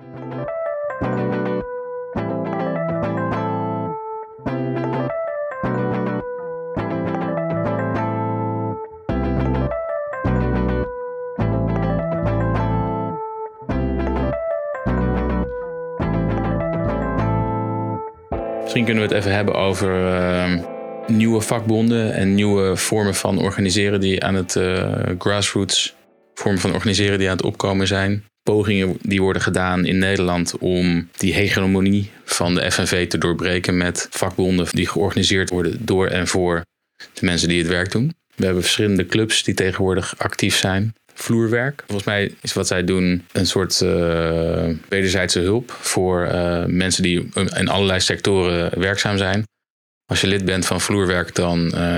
Misschien kunnen we het even hebben over uh, nieuwe vakbonden en nieuwe vormen van organiseren die aan het uh, grassroots vormen van organiseren die aan het opkomen zijn. Pogingen die worden gedaan in Nederland om die hegemonie van de F N V te doorbreken met vakbonden die georganiseerd worden door en voor de mensen die het werk doen. We hebben verschillende clubs die tegenwoordig actief zijn. Vloerwerk. Volgens mij is wat zij doen een soort uh, wederzijdse hulp voor uh, mensen die in allerlei sectoren werkzaam zijn. Als je lid bent van Vloerwerk dan, uh,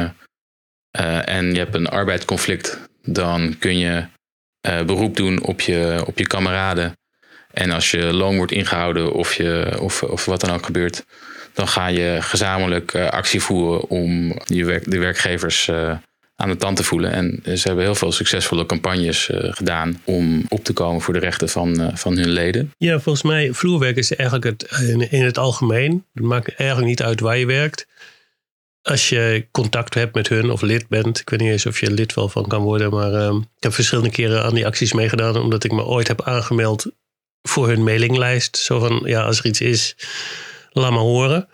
uh, en je hebt een arbeidsconflict, dan kun je uh, beroep doen op je, op je kameraden. En als je loon wordt ingehouden of, je, of, of wat dan ook gebeurt, dan ga je gezamenlijk uh, actie voeren om je werk, de werkgevers uh, aan de tand te voelen. En ze hebben heel veel succesvolle campagnes uh, gedaan om op te komen voor de rechten van, uh, van hun leden. Ja, volgens mij, vloerwerk is eigenlijk het, in, in het algemeen. Het maakt eigenlijk niet uit waar je werkt. Als je contact hebt met hun of lid bent. Ik weet niet eens of je lid wel van kan worden. Maar uh, ik heb verschillende keren aan die acties meegedaan. Omdat ik me ooit heb aangemeld voor hun mailinglijst. Zo van, ja, als er iets is, laat maar horen.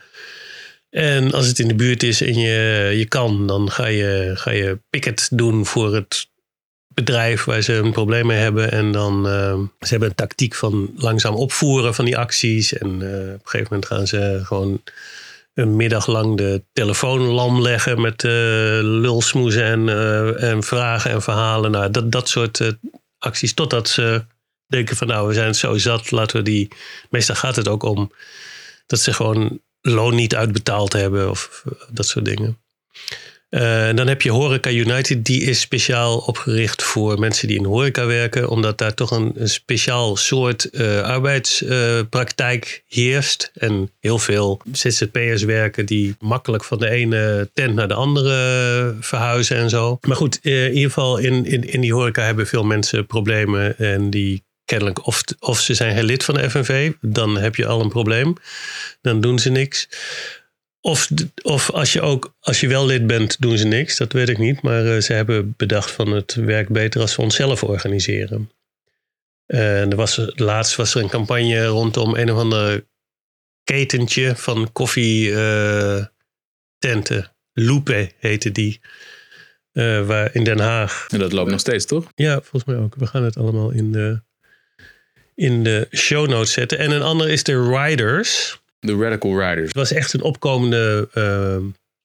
En als het in de buurt is en je, je kan, dan ga je, ga je picket doen voor het bedrijf waar ze een probleem mee hebben. En dan, uh, ze hebben een tactiek van langzaam opvoeren van die acties. En uh, op een gegeven moment gaan ze gewoon een middag lang de telefoon lam leggen met uh, lulsmoezen en, uh, en vragen en verhalen. Nou, dat, dat soort uh, acties, totdat ze denken van nou, we zijn het zo zat, laten we die... Meestal gaat het ook om dat ze gewoon loon niet uitbetaald hebben of dat soort dingen. Uh, en dan heb je Horeca United, die is speciaal opgericht voor mensen die in de horeca werken, omdat daar toch een, een speciaal soort uh, arbeidspraktijk uh, heerst. En heel veel Z Z P'ers werken die makkelijk van de ene tent naar de andere verhuizen en zo. Maar goed, uh, in ieder geval in, in, in die horeca hebben veel mensen problemen en die kennelijk of, of ze zijn lid van de F N V, dan heb je al een probleem. Dan doen ze niks. Of, of als je ook, als je wel lid bent, doen ze niks. Dat weet ik niet. Maar uh, ze hebben bedacht van het werkt beter als we onszelf organiseren. Uh, er was, laatst was er een campagne rondom een of ander ketentje van koffietenten. Uh, Loepe heette die. Uh, waar in Den Haag. En dat loopt nog steeds, toch? Ja, volgens mij ook. We gaan het allemaal in de, in de show notes zetten. En een ander is de Riders. De Radical Riders. Het was echt een opkomende uh,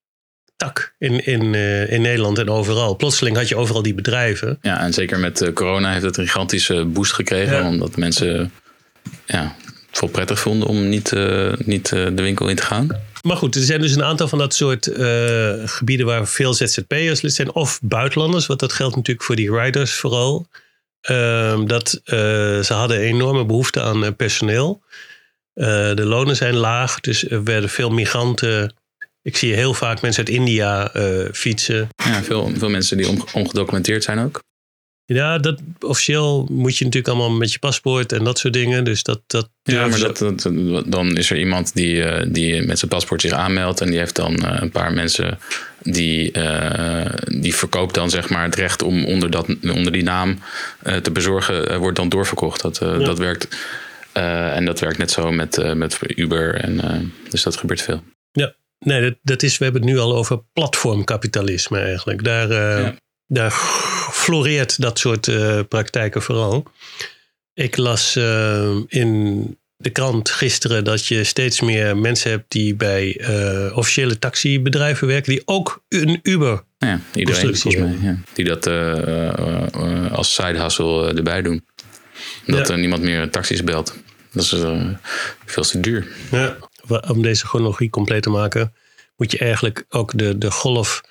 tak in, in, uh, in Nederland en overal. Plotseling had je overal die bedrijven. Ja, en zeker met uh, corona heeft het een gigantische boost gekregen. Ja. Omdat mensen ja, het wel prettig vonden om niet, uh, niet uh, de winkel in te gaan. Maar goed, er zijn dus een aantal van dat soort uh, gebieden waar veel Z Z P'ers lid zijn. Of buitenlanders, want dat geldt natuurlijk voor die riders vooral. Uh, dat uh, ze hadden een enorme behoefte aan uh, personeel. Uh, de lonen zijn laag, dus er werden veel migranten. Ik zie heel vaak mensen uit India uh, fietsen. Ja, veel, veel mensen die on, ongedocumenteerd zijn ook. Ja, dat, officieel moet je natuurlijk allemaal met je paspoort en dat soort dingen. Dus dat, dat ja, maar dat, dat, dan is er iemand die, die met zijn paspoort zich aanmeldt. En die heeft dan een paar mensen die, uh, die verkoopt dan zeg maar het recht om onder, dat, onder die naam uh, te bezorgen. Uh, wordt dan doorverkocht. Dat, uh, ja. dat werkt. Uh, en dat werkt net zo met, uh, met Uber. En, uh, dus dat gebeurt veel. Ja, nee, dat, dat is, we hebben het nu al over platformkapitalisme eigenlijk. Daar, uh, ja. daar floreert dat soort uh, praktijken vooral. Ik las uh, in de krant gisteren dat je steeds meer mensen hebt die bij uh, officiële taxibedrijven werken, die ook een Uber. Ja, iedereen volgens mij. Ja. Die dat uh, uh, uh, als side hustle erbij doen. Dat ja. er niemand meer taxis belt. Dat is uh, veel te duur. Ja, om deze chronologie compleet te maken, moet je eigenlijk ook de, de golf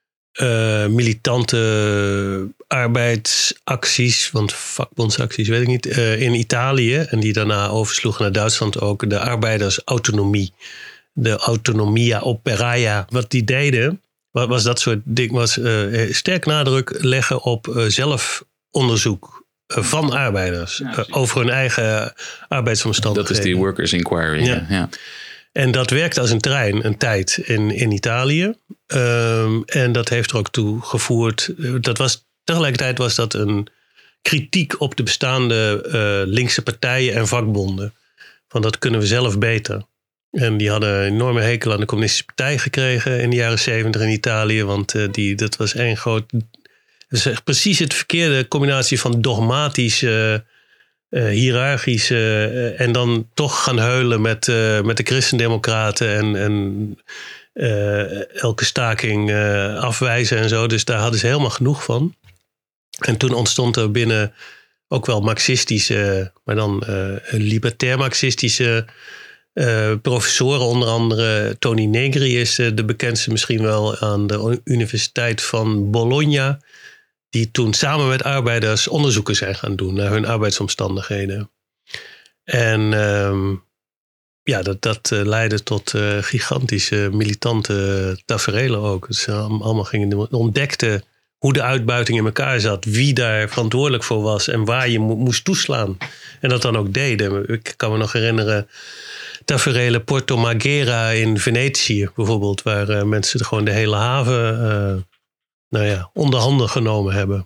uh, militante arbeidsacties, want vakbondsacties weet ik niet, uh, in Italië en die daarna oversloegen naar Duitsland ook, de arbeidersautonomie. De autonomia operaia. Wat die deden, was dat soort ding. Was uh, sterk nadruk leggen op uh, zelfonderzoek uh, van arbeiders. Ja, uh, over hun eigen arbeidsomstandigheden. Dat is die workers' inquiry. Ja. Ja. En dat werkte als een trein een tijd in, in Italië. Um, en dat heeft er ook toe gevoerd. Dat was, tegelijkertijd was dat een kritiek op de bestaande uh, linkse partijen en vakbonden. Van dat kunnen we zelf beter. En die hadden een enorme hekel aan de communistische partij gekregen in de jaren zeventig in Italië. Want uh, die, dat was één groot... Dat is echt precies het verkeerde combinatie van dogmatisch, uh, uh, hiërarchisch... Uh, en dan toch gaan heulen met, uh, met de christendemocraten en, en uh, elke staking uh, afwijzen en zo. Dus daar hadden ze helemaal genoeg van. En toen ontstond er binnen ook wel marxistische, maar dan uh, libertair-marxistische uh, professoren. Onder andere Tony Negri is uh, de bekendste misschien wel aan de Universiteit van Bologna. Die toen samen met arbeiders onderzoeken zijn gaan doen naar hun arbeidsomstandigheden. En um, ja, dat, dat uh, leidde tot uh, gigantische militante taferelen ook. Dus allemaal gingen ontdekten hoe de uitbuiting in elkaar zat, wie daar verantwoordelijk voor was en waar je mo- moest toeslaan. En dat dan ook deden. Ik kan me nog herinneren taferelen Porto Marghera in Venetië bijvoorbeeld, waar uh, mensen gewoon de hele haven uh, nou ja, onder handen genomen hebben.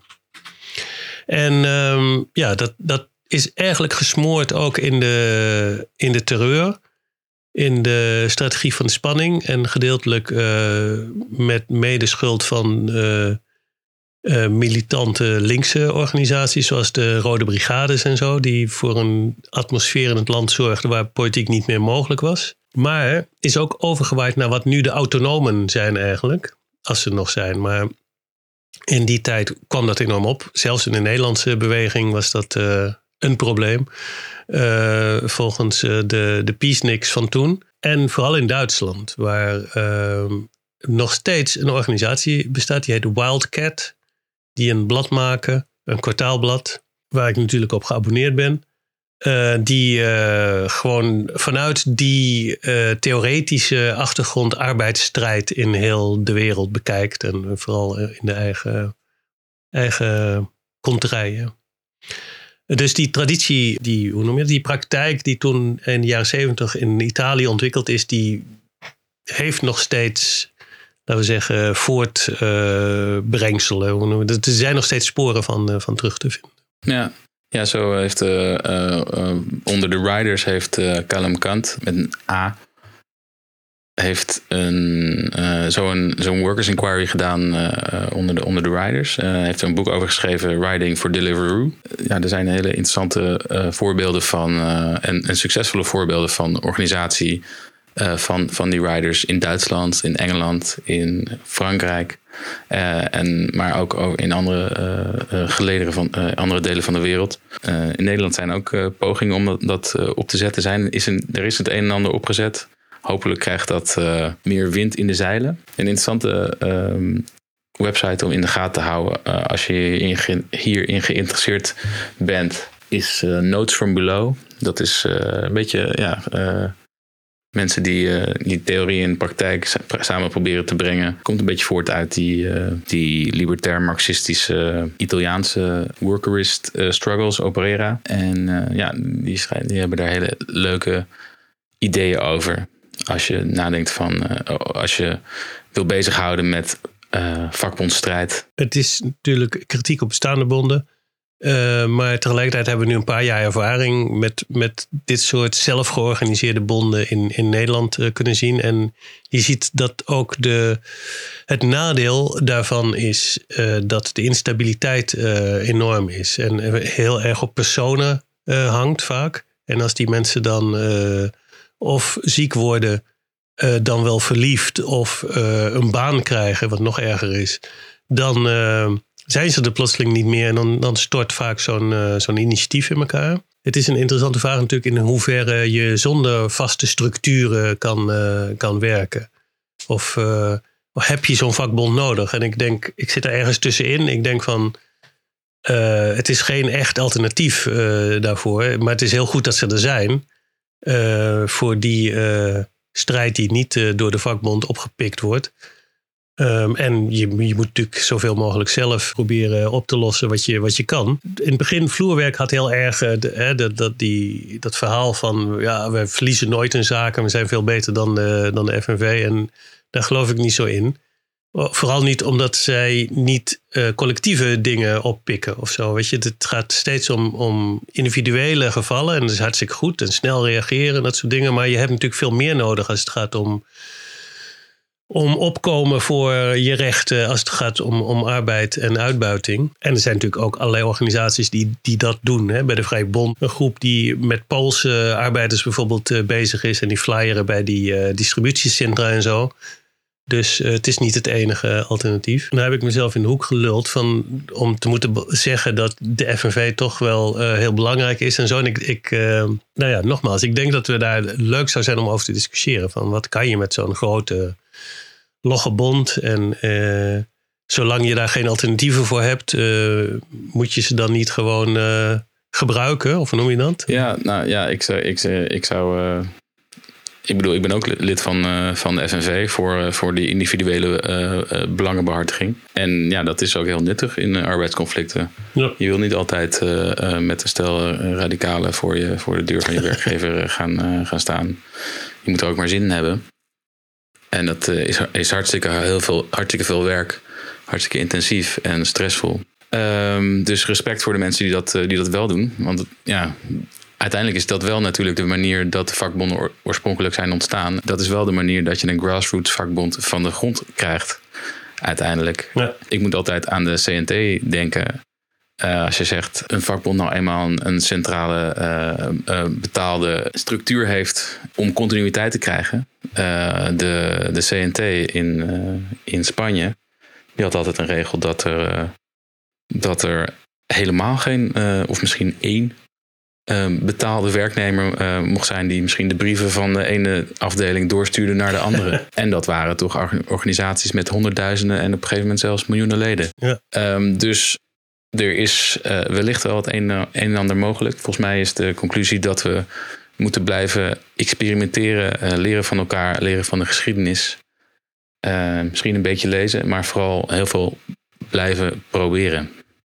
En um, ja, dat, dat is eigenlijk gesmoord ook in de, in de terreur, in de strategie van de spanning en gedeeltelijk uh, met medeschuld van uh, Uh, militante linkse organisaties zoals de Rode Brigades en zo, die voor een atmosfeer in het land zorgden waar politiek niet meer mogelijk was. Maar is ook overgewaaid naar wat nu de autonomen zijn eigenlijk, als ze nog zijn. Maar in die tijd kwam dat enorm op. Zelfs in de Nederlandse beweging was dat uh, een probleem. Uh, volgens uh, de, de peaceniks van toen. En vooral in Duitsland, waar uh, nog steeds een organisatie bestaat, die heet Wildcat. Die een blad maken, een kwartaalblad, waar ik natuurlijk op geabonneerd ben. Uh, die uh, gewoon vanuit die uh, theoretische achtergrond arbeidsstrijd in heel de wereld bekijkt. En vooral in de eigen, eigen kontrijen. Dus die traditie, die, hoe noem je dat, die praktijk die toen in de jaren zeventig in Italië ontwikkeld is, die heeft nog steeds, laten we zeggen, voortbrengselen. Uh, er zijn nog steeds sporen van, uh, van terug te vinden. Ja, ja zo heeft uh, uh, uh, onder de Riders heeft uh, Callum Kant met een A heeft een, uh, zo'n, zo'n workers inquiry gedaan uh, onder, de, onder de Riders. Hij uh, heeft er een boek over geschreven, Riding for Deliveroo. Ja, er zijn hele interessante uh, voorbeelden van uh, en, en succesvolle voorbeelden van organisatie uh, van, van die Riders in Duitsland, in Engeland, in Frankrijk. Uh, en, maar ook in andere uh, uh, gelederen van uh, andere delen van de wereld. Uh, in Nederland zijn ook uh, pogingen om dat, dat uh, op te zetten. Zijn, is een, er is het een en ander opgezet. Hopelijk krijgt dat uh, meer wind in de zeilen. Een interessante uh, website om in de gaten te houden uh, als je hierin, ge- hierin geïnteresseerd bent, is uh, Notes from Below. Dat is uh, een beetje ja, uh, mensen die, uh, die theorie en praktijk samen proberen te brengen. Komt een beetje voort uit die, uh, die libertair-marxistische Italiaanse workerist uh, struggles, Operera. En uh, ja, die, schijn, die hebben daar hele leuke ideeën over. Als je nadenkt van, uh, als je wil bezighouden met uh, vakbondstrijd. Het is natuurlijk kritiek op bestaande bonden. Uh, maar tegelijkertijd hebben we nu een paar jaar ervaring met, met dit soort zelfgeorganiseerde bonden in, in Nederland uh, kunnen zien. En je ziet dat ook de, het nadeel daarvan is uh, dat de instabiliteit uh, enorm is. En heel erg op personen uh, hangt vaak. En als die mensen dan uh, of ziek worden, uh, dan wel verliefd of uh, een baan krijgen, wat nog erger is, dan Uh, zijn ze er plotseling niet meer en dan, dan stort vaak zo'n, uh, zo'n initiatief in elkaar. Het is een interessante vraag natuurlijk in hoeverre je zonder vaste structuren kan, uh, kan werken. Of, uh, of heb je zo'n vakbond nodig? En ik denk, ik zit er ergens tussenin. Ik denk van, uh, het is geen echt alternatief uh, daarvoor. Maar het is heel goed dat ze er zijn. Uh, voor die uh, strijd die niet uh, door de vakbond opgepikt wordt. Um, en je, je moet natuurlijk zoveel mogelijk zelf proberen op te lossen wat je, wat je kan. In het begin, vloerwerk had heel erg uh, de, hè, dat, dat, die, dat verhaal van... ja, we verliezen nooit een zaak en we zijn veel beter dan de, dan de F N V. En daar geloof ik niet zo in. Vooral niet omdat zij niet uh, collectieve dingen oppikken of zo. Weet je, het gaat steeds om, om individuele gevallen. En dat is hartstikke goed. En snel reageren en dat soort dingen. Maar je hebt natuurlijk veel meer nodig als het gaat om... om opkomen voor je rechten als het gaat om, om arbeid en uitbuiting. En er zijn natuurlijk ook allerlei organisaties die, die dat doen. Hè. Bij de Vrije Bond, een groep die met Poolse arbeiders bijvoorbeeld uh, bezig is... en die flyeren bij die uh, distributiecentra en zo... Dus uh, het is niet het enige alternatief. Dan heb ik mezelf in de hoek geluld van, om te moeten b- zeggen dat de F N V toch wel uh, heel belangrijk is en zo. En ik, ik uh, nou ja, nogmaals, ik denk dat we daar leuk zou zijn om over te discussiëren. Van wat kan je met zo'n grote logge bond? En uh, zolang je daar geen alternatieven voor hebt, uh, moet je ze dan niet gewoon uh, gebruiken? Of hoe noem je dat? Ja, nou ja, ik zou... Ik, ik zou uh... Ik bedoel, ik ben ook lid van, uh, van de F N V voor, uh, voor die individuele uh, uh, belangenbehartiging. En ja, dat is ook heel nuttig in uh, arbeidsconflicten. Ja. Je wil niet altijd uh, uh, met een stel uh, radicalen voor, je, voor de deur van je werkgever uh, gaan, uh, gaan staan. Je moet er ook maar zin in hebben. En dat uh, is, is hartstikke, heel veel, hartstikke veel werk. Hartstikke intensief en stressvol. Um, dus respect voor de mensen die dat, uh, die dat wel doen. Want ja... Uiteindelijk is dat wel natuurlijk de manier dat de vakbonden oorspronkelijk zijn ontstaan. Dat is wel de manier dat je een grassroots vakbond van de grond krijgt. Uiteindelijk. Ja. Ik moet altijd aan de C N T denken. Uh, als je zegt een vakbond nou eenmaal een, een centrale uh, uh, betaalde structuur heeft om continuïteit te krijgen. Uh, de, de C N T in, uh, in Spanje, die had altijd een regel dat er, uh, dat er helemaal geen, uh, of misschien één... Uh, betaalde werknemer uh, mocht zijn die misschien de brieven van de ene afdeling doorstuurde naar de andere. En dat waren toch organisaties met honderdduizenden en op een gegeven moment zelfs miljoenen leden. Ja. Um, dus er is uh, wellicht wel het een, een en ander mogelijk. Volgens mij is de conclusie dat we moeten blijven experimenteren, uh, leren van elkaar, leren van de geschiedenis. Uh, misschien een beetje lezen, maar vooral heel veel blijven proberen.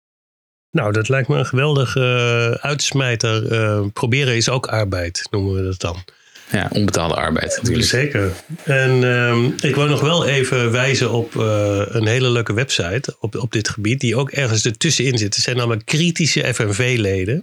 Nou, dat lijkt me een geweldige uh, uitsmijter. Uh, proberen is ook arbeid, noemen we dat dan. Ja, onbetaalde arbeid natuurlijk. Zeker. En uh, ik wil nog wel even wijzen op uh, een hele leuke website op, op dit gebied... die ook ergens ertussenin zit. Er zijn namelijk kritische F N V-leden.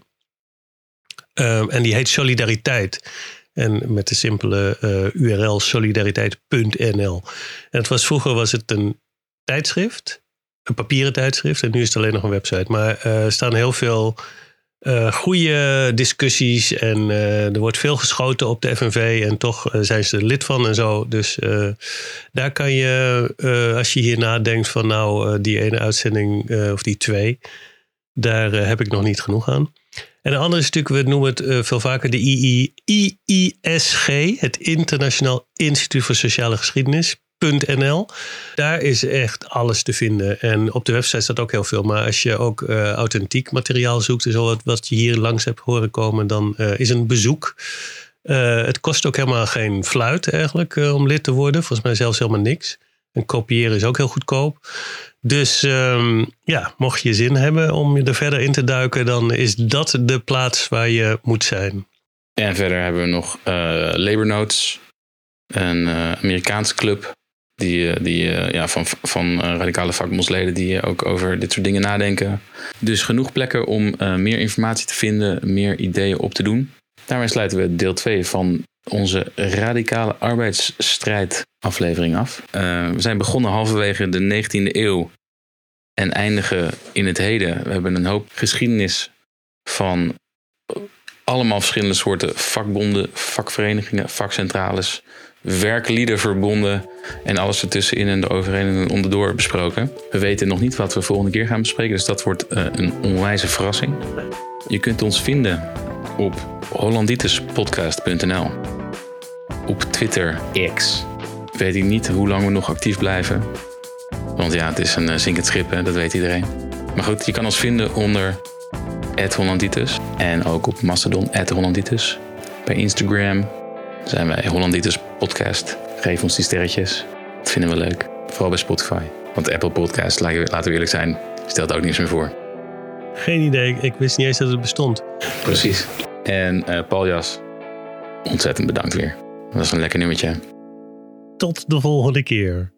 Uh, en die heet Solidariteit. En met de simpele uh, U R L solidariteit punt n l. En het was, vroeger was het een tijdschrift... een papieren tijdschrift en nu is het alleen nog een website. Maar uh, er staan heel veel uh, goede discussies en uh, er wordt veel geschoten op de F N V en toch uh, zijn ze er lid van en zo. Dus uh, daar kan je, uh, als je hier nadenkt van nou uh, die ene uitzending uh, of die twee, daar uh, heb ik nog niet genoeg aan. En de andere is natuurlijk, we noemen het uh, veel vaker de I I S G, het Internationaal Instituut voor Sociale Geschiedenis. .n l. Daar is echt alles te vinden. En op de website staat ook heel veel. Maar als je ook uh, authentiek materiaal zoekt... en zo wat, wat je hier langs hebt horen komen... dan uh, is een bezoek. Uh, het kost ook helemaal geen fluit eigenlijk... Uh, om lid te worden. Volgens mij zelfs helemaal niks. En kopiëren is ook heel goedkoop. Dus um, ja, mocht je zin hebben om er verder in te duiken... dan is dat de plaats waar je moet zijn. En verder hebben we nog uh, Labor Notes... een uh, Amerikaanse club... Die, die, ja, van, van radicale vakbondsleden die ook over dit soort dingen nadenken. Dus genoeg plekken om uh, meer informatie te vinden, meer ideeën op te doen. Daarmee sluiten we deel twee van onze radicale arbeidsstrijd aflevering af. Uh, we zijn begonnen halverwege de negentiende eeuw en eindigen in het heden. We hebben een hoop geschiedenis van allemaal verschillende soorten vakbonden, vakverenigingen, vakcentrales, werkliedenverbonden en alles ertussenin en de overheen en onderdoor besproken. We weten nog niet wat we volgende keer gaan bespreken, dus dat wordt uh, een onwijze verrassing. Je kunt ons vinden op hollandituspodcast punt n l, op Twitter X. Weet ik niet hoe lang we nog actief blijven, want ja, het is een uh, zinkend schip, hè, dat weet iedereen. Maar goed, je kan ons vinden onder at hollanditus en ook op Mastodon at hollanditus. Bij Instagram zijn wij Hollanditus Podcast. Geef ons die sterretjes. Dat vinden we leuk. Vooral bij Spotify. Want Apple Podcast, laten we eerlijk zijn, stelt ook niks meer voor. Geen idee. Ik wist niet eens dat het bestond. Precies. En uh, Paljas, ontzettend bedankt weer. Dat was een lekker nummertje. Tot de volgende keer.